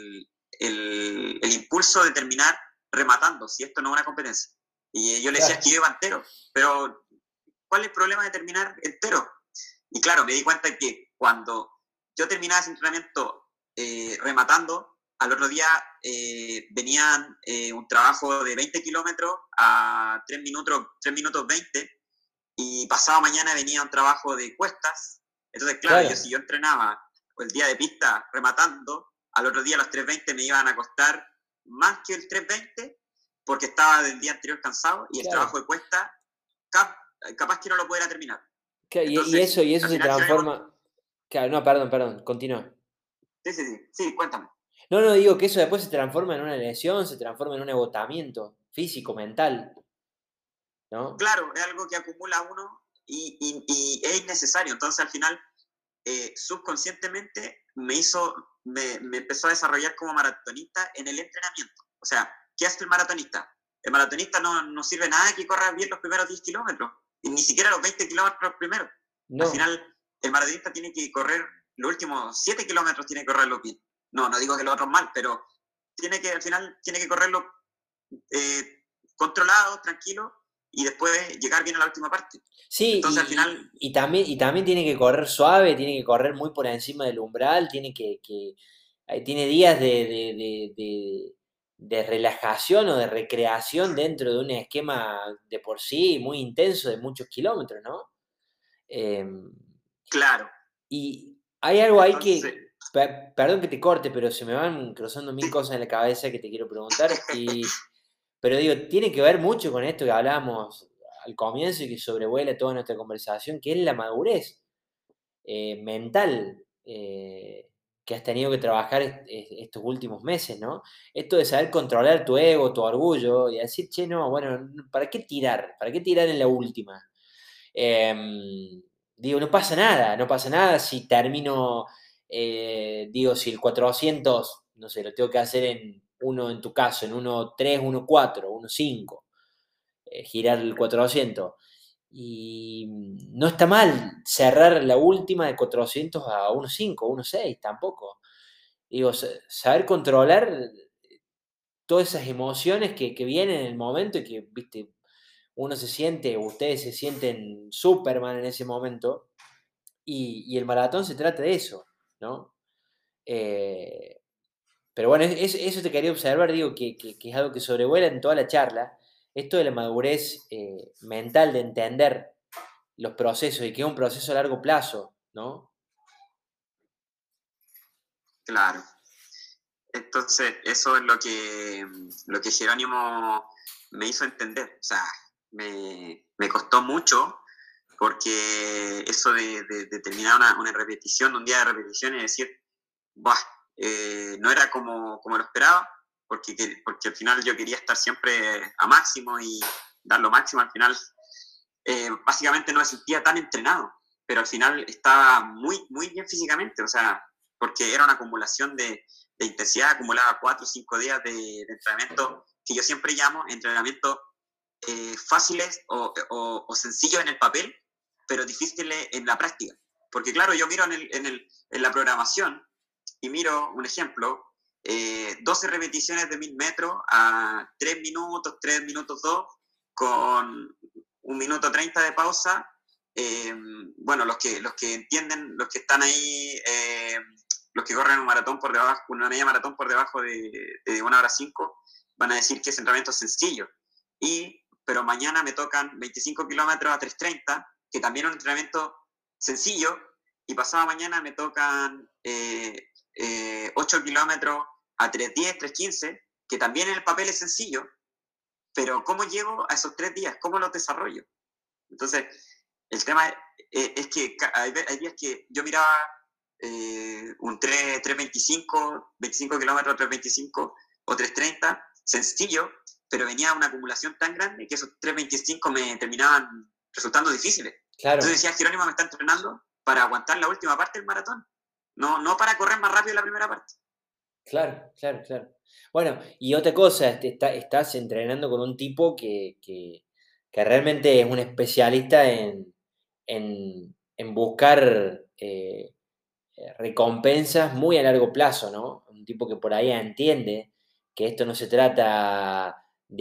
el impulso de terminar rematando si esto no es una competencia? Y yo le decía, es que yo iba entero, pero ¿cuál es el problema de terminar entero? Y claro, me di cuenta que cuando yo terminaba ese entrenamiento rematando, al otro día venían un trabajo de 20 kilómetros a 3 minutos 20 y pasado mañana venía un trabajo de cuestas. Entonces, claro, Claro, si yo entrenaba el día de pista rematando, al otro día los 3:20 me iban a costar más que el 3:20 porque estaba del día anterior cansado y el claro. trabajo de cuesta capaz que no lo pudiera terminar. Y Entonces, eso al se final Jerónimo, transforma. Claro, no, perdón, continúa. sí, sí, sí, sí, cuéntame. No, no, digo que eso después se transforma en una lesión, se transforma en un agotamiento físico, mental, ¿no? Claro, es algo que acumula uno y es innecesario. Entonces, al final, subconscientemente me empezó a desarrollar como maratonista en el entrenamiento. O sea, ¿qué hace el maratonista? El maratonista no sirve nada que corra bien los primeros 10 kilómetros, y ni siquiera los 20 kilómetros primero. Al No. final, el maratonista tiene que correr los últimos 7 kilómetros, tiene que correrlo bien. No digo que los otros mal, pero al final tiene que correrlo eh, controlado, tranquilo, y después llegar bien a la última parte. Sí, Entonces, al final, y también tiene que correr suave, tiene que correr muy por encima del umbral, tiene días de relajación o de recreación dentro de un esquema de por sí muy intenso de muchos kilómetros, ¿no? Em, claro. y hay algo ahí Entonces, que, perdón que te corte, pero se me van cruzando mil sí, cosas en la cabeza que te quiero preguntar. Pero digo, tiene que ver mucho con esto que hablábamos al comienzo y que sobrevuela toda nuestra conversación, que es la madurez mental que has tenido que trabajar estos últimos meses, ¿no? Esto de saber controlar tu ego, tu orgullo y decir, che, no, bueno, ¿para qué tirar? ¿Para qué tirar en la última? Digo, no pasa nada, no pasa nada si termino, digo, si el 400 no sé, lo tengo que hacer en uno, en tu caso, en 1:3, 1:4, 1:5, girar el 400. Y no está mal cerrar la última de 400 a 1:5, 1:6, tampoco. Digo, saber controlar todas esas emociones que vienen en el momento y que, viste, uno se siente, ustedes se sienten Superman en ese momento, y el maratón se trata de eso, ¿no? Eh, pero bueno, eso te quería observar, digo, que es algo que sobrevuela en toda la charla, esto de la madurez mental, de entender los procesos y que es un proceso a largo plazo. ¿no? Claro. Entonces, eso es lo que Jerónimo me hizo entender. O sea, me costó mucho porque eso de terminar una repetición, un día de repetición y decir, bah, no era como lo esperaba, porque al final yo quería estar siempre a máximo y dar lo máximo. Al final, básicamente no me sentía tan entrenado, pero al final estaba muy bien físicamente, o sea, porque era una acumulación de intensidad, acumulaba 4 o 5 días de entrenamiento que yo siempre llamo entrenamientos fáciles o sencillos en el papel, pero difíciles en la práctica. Porque claro, yo miro en la programación y miro un ejemplo, 12 repeticiones de 1000 metros a 3 minutos, 3 minutos 2, con 1 minuto 30 de pausa. Bueno, los que entienden, los que están ahí, los que corren un maratón por debajo, una media maratón por debajo de 1 hora 5, van a decir que ese entrenamiento es sencillo. Pero mañana me tocan 25 kilómetros a 3:30, que también es un entrenamiento sencillo, y pasado mañana me tocan 8 kilómetros a 3:10, 3:15, que también en el papel es sencillo, pero ¿cómo llego a esos 3 días? ¿Cómo los desarrollo? Entonces, el tema es que hay días que yo miraba un 3:25, 25 kilómetros, 3:25 o 3:30, sencillo, pero venía una acumulación tan grande que esos 3:25 me terminaban resultando difíciles. Claro. Entonces decía, Jerónimo me está entrenando para aguantar la última parte del maratón, no para correr más rápido la primera parte. Claro, claro, claro. Bueno, y otra cosa, estás entrenando con un tipo que realmente es un especialista en buscar recompensas muy a largo plazo, ¿no? Un tipo que por ahí entiende que esto no se trata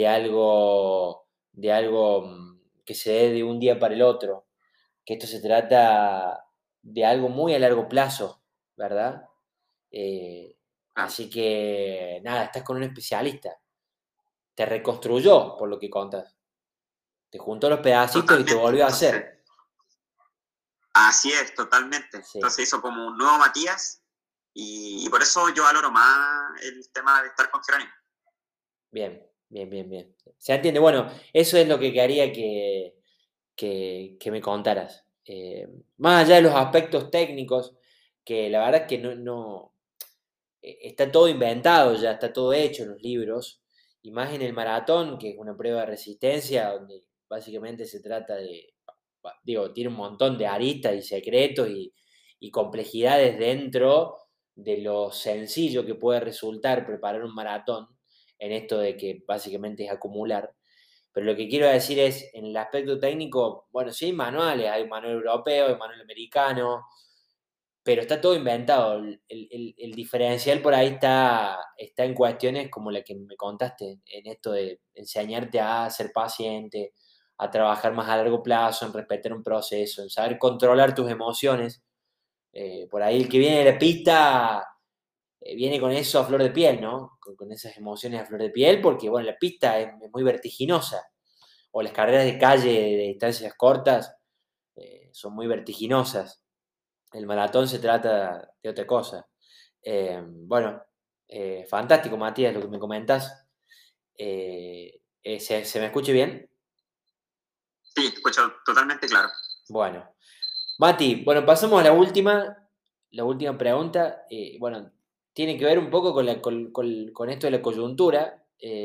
de algo que se dé de un día para el otro, que esto se trata de algo muy a largo plazo, ¿verdad? Claro, Así que, nada, estás con un especialista. Te reconstruyó, por lo que contas. Te juntó los pedacitos y te totalmente. volvió a Entonces, hacer. así es, totalmente. Sí, Entonces hizo como un nuevo Matías y por eso yo valoro más el tema de estar con Jerónimo. bien, bien, bien, bien. Se entiende. Bueno, eso es lo que quería que me contaras. Más allá de los aspectos técnicos, que la verdad es que está todo inventado ya, está todo hecho en los libros, y más en el maratón, que es una prueba de resistencia, donde básicamente se trata digo, tiene un montón de aristas y secretos y complejidades dentro de lo sencillo que puede resultar preparar un maratón, en esto de que básicamente es acumular. Pero lo que quiero decir es, en el aspecto técnico, bueno, sí hay manuales, hay un manual europeo, hay un manual americano, pero está todo inventado. El diferencial por ahí está en cuestiones como la que me contaste, en esto de enseñarte a ser paciente, a trabajar más a largo plazo, en respetar un proceso, en saber controlar tus emociones. Por ahí el que viene de la pista viene con eso a flor de piel, ¿no? Con esas emociones a flor de piel, porque, bueno, la pista es muy vertiginosa, o las carreras de calle de distancias cortas son muy vertiginosas. El maratón se trata de otra cosa. Bueno, fantástico, Matías, lo que me comentás. ¿Se me escuche bien? Sí, escucho totalmente claro. Bueno. Mati, bueno, pasamos a la última pregunta. Bueno, tiene que ver un poco con esto de la coyuntura.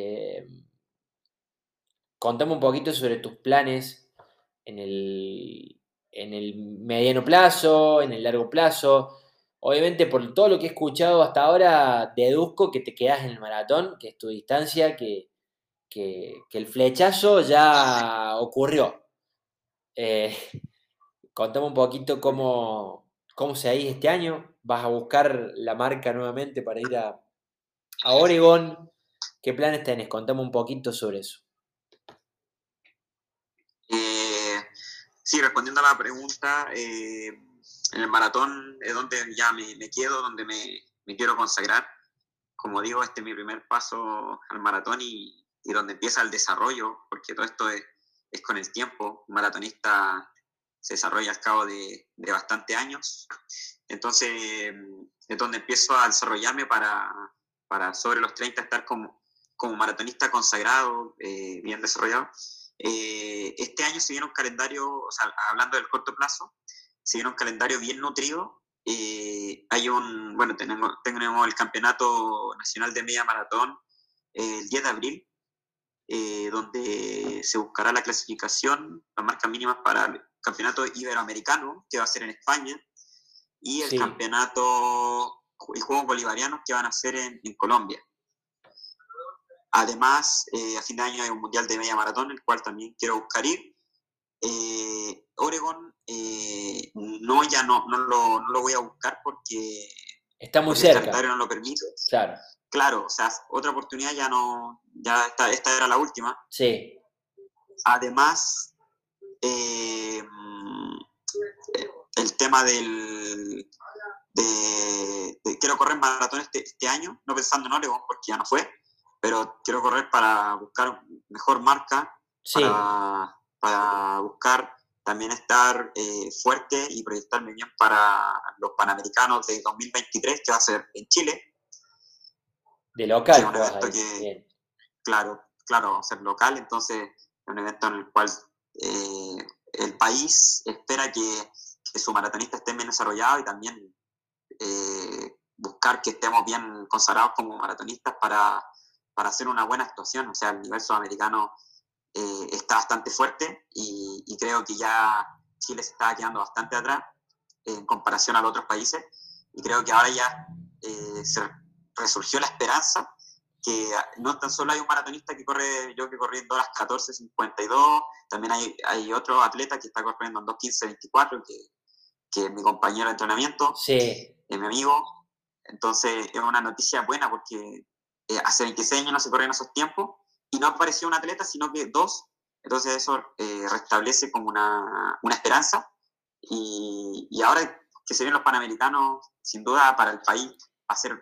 Contame un poquito sobre tus planes en el mediano plazo, en el largo plazo. Obviamente, por todo lo que he escuchado hasta ahora, deduzco que te quedás en el maratón, que es tu distancia, que el flechazo ya ocurrió. Eh, Contame un poquito cómo se ha ido este año. ¿Vas a buscar la marca nuevamente para ir a Oregon? ¿Qué planes tenés? Contame un poquito sobre eso. Eh, sí, respondiendo a la pregunta, en el maratón es donde ya me quedo, donde me quiero consagrar. Como digo, este es mi primer paso al maratón y donde empieza el desarrollo, porque todo esto es con el tiempo. Un maratonista se desarrolla al cabo de bastante años. Entonces, es donde empiezo a desarrollarme para sobre los 30 estar como maratonista consagrado, bien desarrollado. Este año se viene un calendario, o sea, hablando del corto plazo, se viene un calendario bien nutrido. Tenemos el Campeonato Nacional de Media Maratón el 10 de abril, donde se buscará la clasificación, las marcas mínimas para el Campeonato Iberoamericano, que va a ser en España, y el Sí. Campeonato y Juegos Bolivarianos, que van a ser en Colombia. Además, a fin de año hay un Mundial de Media Maratón, el cual también quiero buscar ir. Oregon, no lo voy a buscar porque está muy el cerca. calendario no lo permite. Claro. Claro, o sea, otra oportunidad ya no, esta era la última. Sí. Además, el tema quiero correr maratón este año, no pensando en Oregon porque ya no fue, pero quiero correr para buscar mejor marca, Sí. para buscar también estar fuerte y proyectarme bien para los Panamericanos de 2023, que va a ser en Chile. De local, que es un evento que, bien. claro, va a ser local, entonces es un evento en el cual el país espera que su maratonista esté bien desarrollado y también buscar que estemos bien consagrados como maratonistas para hacer una buena actuación. O sea, el nivel sudamericano está bastante fuerte y creo que ya Chile se está quedando bastante atrás en comparación a los otros países, y creo que ahora ya se resurgió la esperanza que no tan solo hay un maratonista que corre, yo que corrí en 2 horas 14:52, también hay otro atleta que está corriendo en 2:15:24, que es mi compañero de entrenamiento, sí. Es mi amigo. Entonces es una noticia buena porque hace 26 años no se corren esos tiempos y no apareció un atleta, sino que 2. Entonces eso restablece como una esperanza, y ahora que se vienen los Panamericanos, sin duda para el país va a ser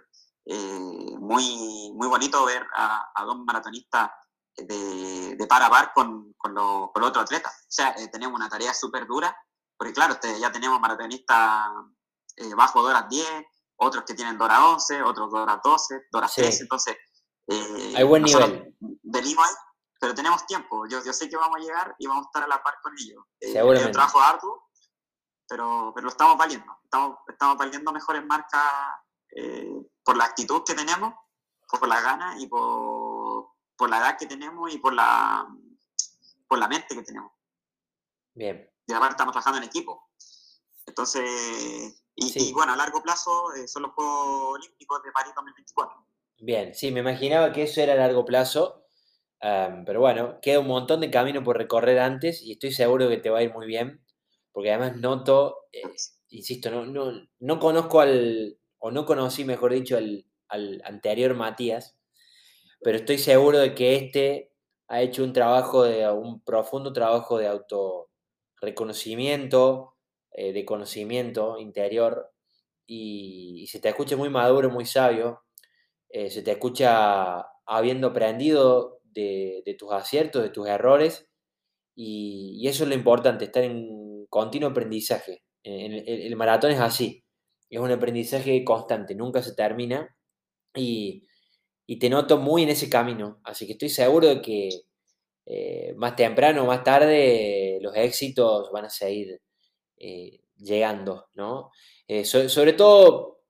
muy, muy bonito ver a 2 maratonistas de par a par con los otros atletas. O sea, tenemos una tarea súper dura, porque claro, ya tenemos maratonistas bajo 2 horas 10, otros que tienen 2 horas 11, otros 2 horas 12, 2 horas 13, entonces hay buen nivel. Venimos ahí, pero tenemos tiempo. Yo sé que vamos a llegar y vamos a estar a la par con ellos. Es un trabajo arduo, pero lo estamos valiendo. Estamos valiendo mejores marcas por la actitud que tenemos, por la gana y por la edad que tenemos y por la mente que tenemos. Bien. Y aparte estamos trabajando en equipo. Entonces, y bueno, a largo plazo son los Juegos Olímpicos de París 2024. Bien, sí, me imaginaba que eso era a largo plazo, pero bueno, queda un montón de camino por recorrer antes y estoy seguro que te va a ir muy bien, porque además noto, insisto, no conozco o no conocí, mejor dicho, al anterior Matías, pero estoy seguro de que este ha hecho un profundo trabajo de autorreconocimiento, de conocimiento interior, y se te escucha muy maduro, muy sabio. Se te escucha habiendo aprendido de tus aciertos, de tus errores, y eso es lo importante, estar en continuo aprendizaje. El maratón es así, es un aprendizaje constante, nunca se termina, y, y te noto muy en ese camino, así que estoy seguro de que más temprano o más tarde los éxitos van a seguir llegando, ¿no? Sobre todo,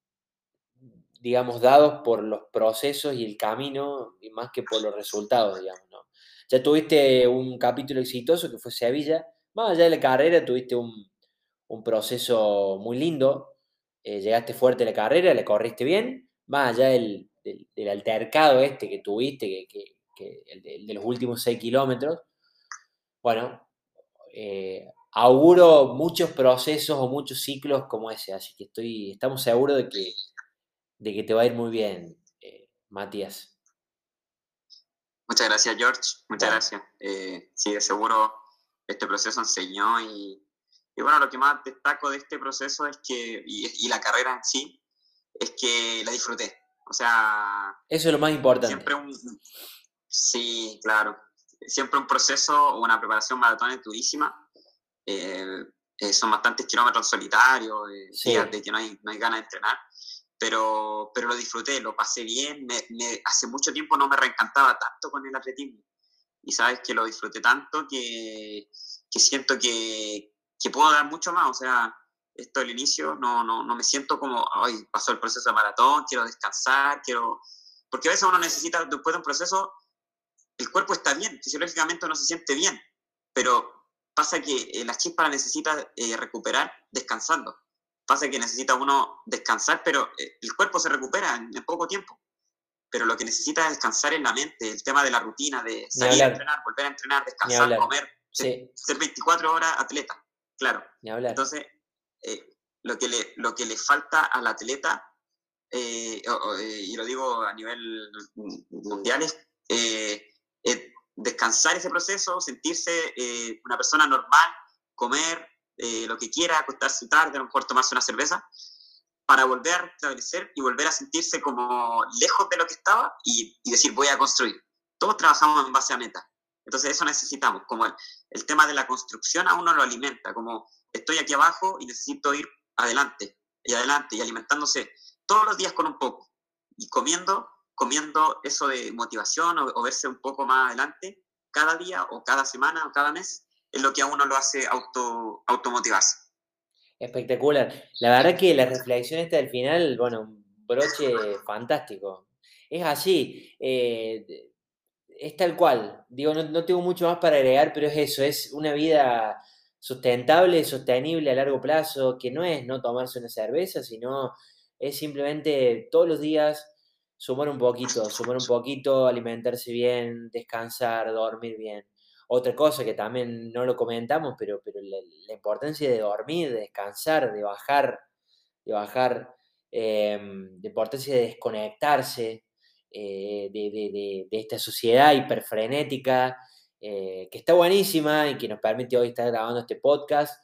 digamos, dados por los procesos y el camino, y más que por los resultados, digamos, ¿no? Ya tuviste un capítulo exitoso que fue Sevilla, más allá de la carrera tuviste un proceso muy lindo, llegaste fuerte a la carrera, la corriste bien, más allá del altercado este que tuviste, el de los últimos 6 kilómetros, bueno, auguro muchos procesos o muchos ciclos como ese, así que estamos seguros de que te va a ir muy bien, Matías. Muchas gracias, George. Muchas gracias. Sí, de seguro este proceso enseñó, y bueno, lo que más destaco de este proceso es que, y la carrera en sí, es que la disfruté. O sea, eso es lo más importante. Sí, claro. Siempre un proceso o una preparación maratón es durísima, son bastantes kilómetros solitarios, Sí, días de que no hay ganas de entrenar, pero lo disfruté, lo pasé bien, hace mucho tiempo no me reencantaba tanto con el atletismo, y sabes que lo disfruté tanto que siento que puedo dar mucho más, o sea, esto al inicio no me siento como, ay, pasó el proceso de maratón, quiero descansar, porque a veces uno necesita, después de un proceso, el cuerpo está bien, fisiológicamente uno se siente bien, pero pasa que la chispa la necesita recuperar descansando. Pasa que necesita uno descansar, pero el cuerpo se recupera en poco tiempo. Pero lo que necesita es descansar en la mente, el tema de la rutina, de ni salir a hablar, entrenar, volver a entrenar, ni descansar, hablar. comer, Sí, ser 24 horas atleta, claro. ni hablar. Entonces, lo que le falta al atleta, y lo digo a nivel mundial, es descansar ese proceso, sentirse una persona normal, comer lo que quiera, acostarse tarde, a lo mejor tomarse una cerveza, para volver a restablecer y volver a sentirse como lejos de lo que estaba y decir, voy a construir. Todos trabajamos en base a metas. Entonces eso necesitamos, como el tema de la construcción a uno lo alimenta, como estoy aquí abajo y necesito ir adelante y alimentándose todos los días con un poco y comiendo eso de motivación o verse un poco más adelante cada día o cada semana o cada mes es lo que a uno lo hace automotivarse. Espectacular. La verdad que la reflexión esta del final, bueno, un broche fantástico. Es así, es tal cual. Digo, no tengo mucho más para agregar, pero es eso, es una vida sustentable, sostenible a largo plazo, que no es no tomarse una cerveza, sino es simplemente todos los días sumar un poquito, alimentarse bien, descansar, dormir bien. Otra cosa que también no lo comentamos, pero la importancia de dormir, de descansar, de bajar, la importancia de desconectarse de esta sociedad hiperfrenética, que está buenísima y que nos permite hoy estar grabando este podcast,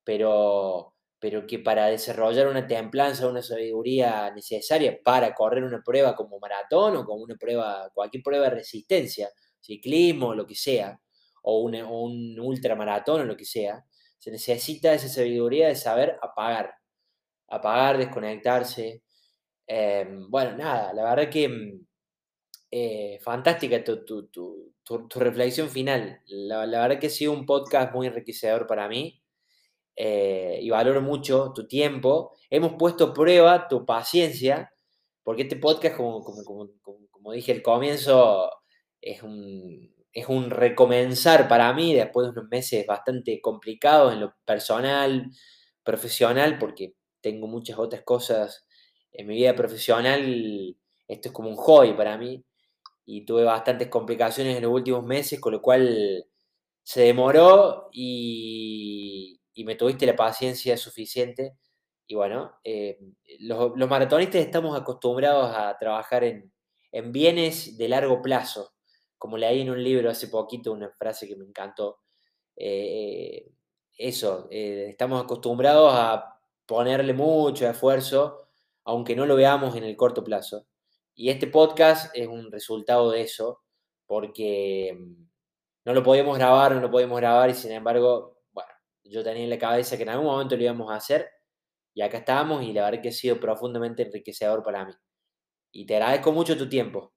pero que para desarrollar una templanza, una sabiduría necesaria para correr una prueba como maratón o como una prueba, cualquier prueba de resistencia, ciclismo, lo que sea, o un ultramaratón o lo que sea, se necesita esa sabiduría de saber apagar, desconectarse. Bueno, nada, la verdad que fantástica tu reflexión final. La verdad que ha sido un podcast muy enriquecedor para mí y valoro mucho tu tiempo. Hemos puesto a prueba tu paciencia, porque este podcast, como dije al comienzo, es un recomenzar para mí después de unos meses bastante complicados en lo personal, profesional, porque tengo muchas otras cosas en mi vida profesional. Esto es como un hobby para mí y tuve bastantes complicaciones en los últimos meses, con lo cual se demoró y me tuviste la paciencia suficiente. Y bueno, los maratonistas estamos acostumbrados a trabajar en bienes de largo plazo, como leí en un libro hace poquito, una frase que me encantó. Eh, Eso, estamos acostumbrados a ponerle mucho esfuerzo, aunque no lo veamos en el corto plazo. Y este podcast es un resultado de eso, porque no lo podíamos grabar y sin embargo, bueno, yo tenía en la cabeza que en algún momento lo íbamos a hacer y acá estamos y la verdad que ha sido profundamente enriquecedor para mí. Y te agradezco mucho tu tiempo.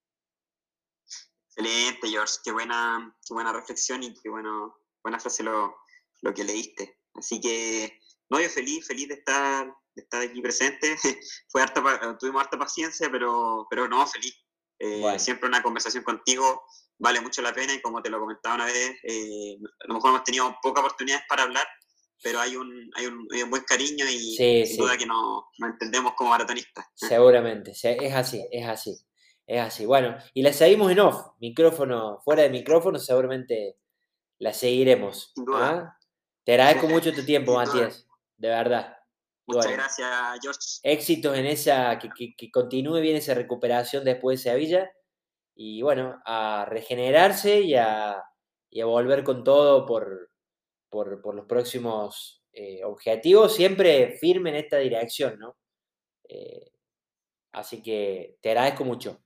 Excelente, George, qué buena reflexión y buena frase lo que leíste. Así que, no, yo feliz de estar aquí presente. Tuvimos harta paciencia, pero no, feliz. Bueno, Siempre una conversación contigo vale mucho la pena y como te lo comentaba una vez, a lo mejor hemos tenido pocas oportunidades para hablar, pero hay un buen cariño y sí, sin duda sí, que nos entendemos como maratonistas. seguramente, es así, es así, es así. Bueno, y la seguimos en off, micrófono, fuera de micrófono, seguramente la seguiremos. Sin duda, ¿Ah? Te agradezco mucho tu tiempo, sin duda. Matías, de verdad. Y Muchas bueno, gracias, George. éxitos en esa, que continúe bien esa recuperación después de Sevilla y bueno, a regenerarse y a volver con todo por los próximos objetivos, siempre firme en esta dirección, ¿no? Eh, Así que te agradezco mucho.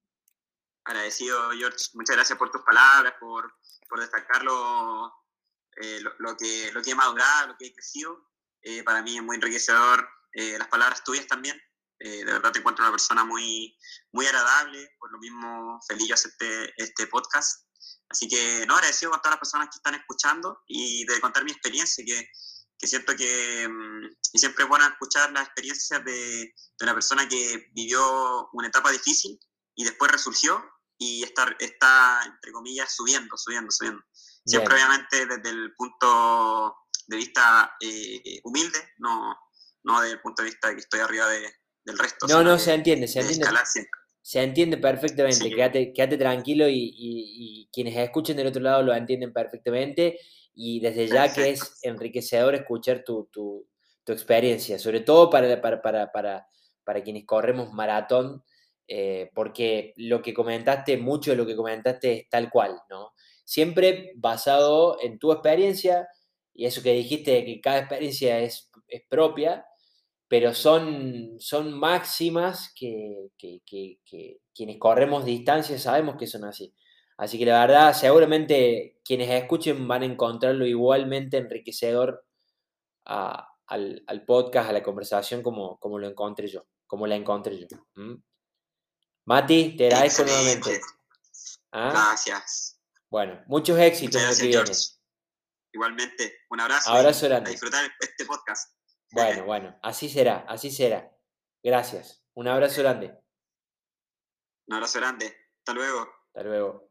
Agradecido, George. Muchas gracias por tus palabras, por destacarlo, lo que he madurado, lo que he crecido. Para mí es muy enriquecedor. Las palabras tuyas también. De verdad te encuentro una persona muy, muy agradable. Por lo mismo, feliz de hacer este podcast. Así que, no, agradecido con todas las personas que están escuchando y de contar mi experiencia, que siento que siempre es bueno escuchar las experiencias de una persona que vivió una etapa difícil y después resurgió y está entre comillas, subiendo. Siempre, Bien. obviamente, desde el punto de vista humilde, no desde el punto de vista de que estoy arriba del resto, No, sino no, que de escalar siempre. se entiende Así perfectamente. que, Quédate tranquilo y quienes escuchen del otro lado lo entienden perfectamente. Y desde ya que perfecto. es enriquecedor escuchar tu experiencia, sobre todo para quienes corremos maratón, porque lo que comentaste, mucho de lo que comentaste es tal cual, ¿no? Siempre basado en tu experiencia y eso que dijiste de que cada experiencia es propia, pero son máximas que quienes corremos distancias sabemos que son así. Así que la verdad, seguramente quienes escuchen van a encontrarlo igualmente enriquecedor al podcast, a la conversación, como lo encontré yo, como la encontré yo. ¿Mm? Mati, te agradezco Excelente. nuevamente. ¿Ah? Gracias. Bueno, muchos éxitos Muchas en lo que gracias, viene. George. Igualmente, un abrazo Abrazo y a grande. disfrutar este podcast. Bueno, así será, así será. Gracias. Un abrazo grande. Un abrazo grande. Hasta luego. Hasta luego.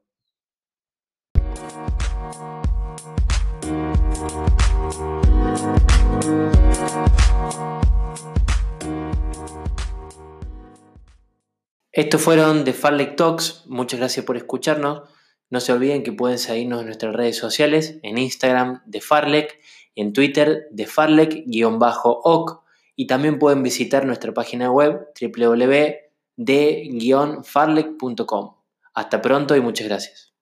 Estos fueron The Farlek Talks. Muchas gracias por escucharnos. No se olviden que pueden seguirnos en nuestras redes sociales, en Instagram de Farlek, en Twitter de Farlek-oc, y también pueden visitar nuestra página web www.de-farlek.com. Hasta pronto y muchas gracias.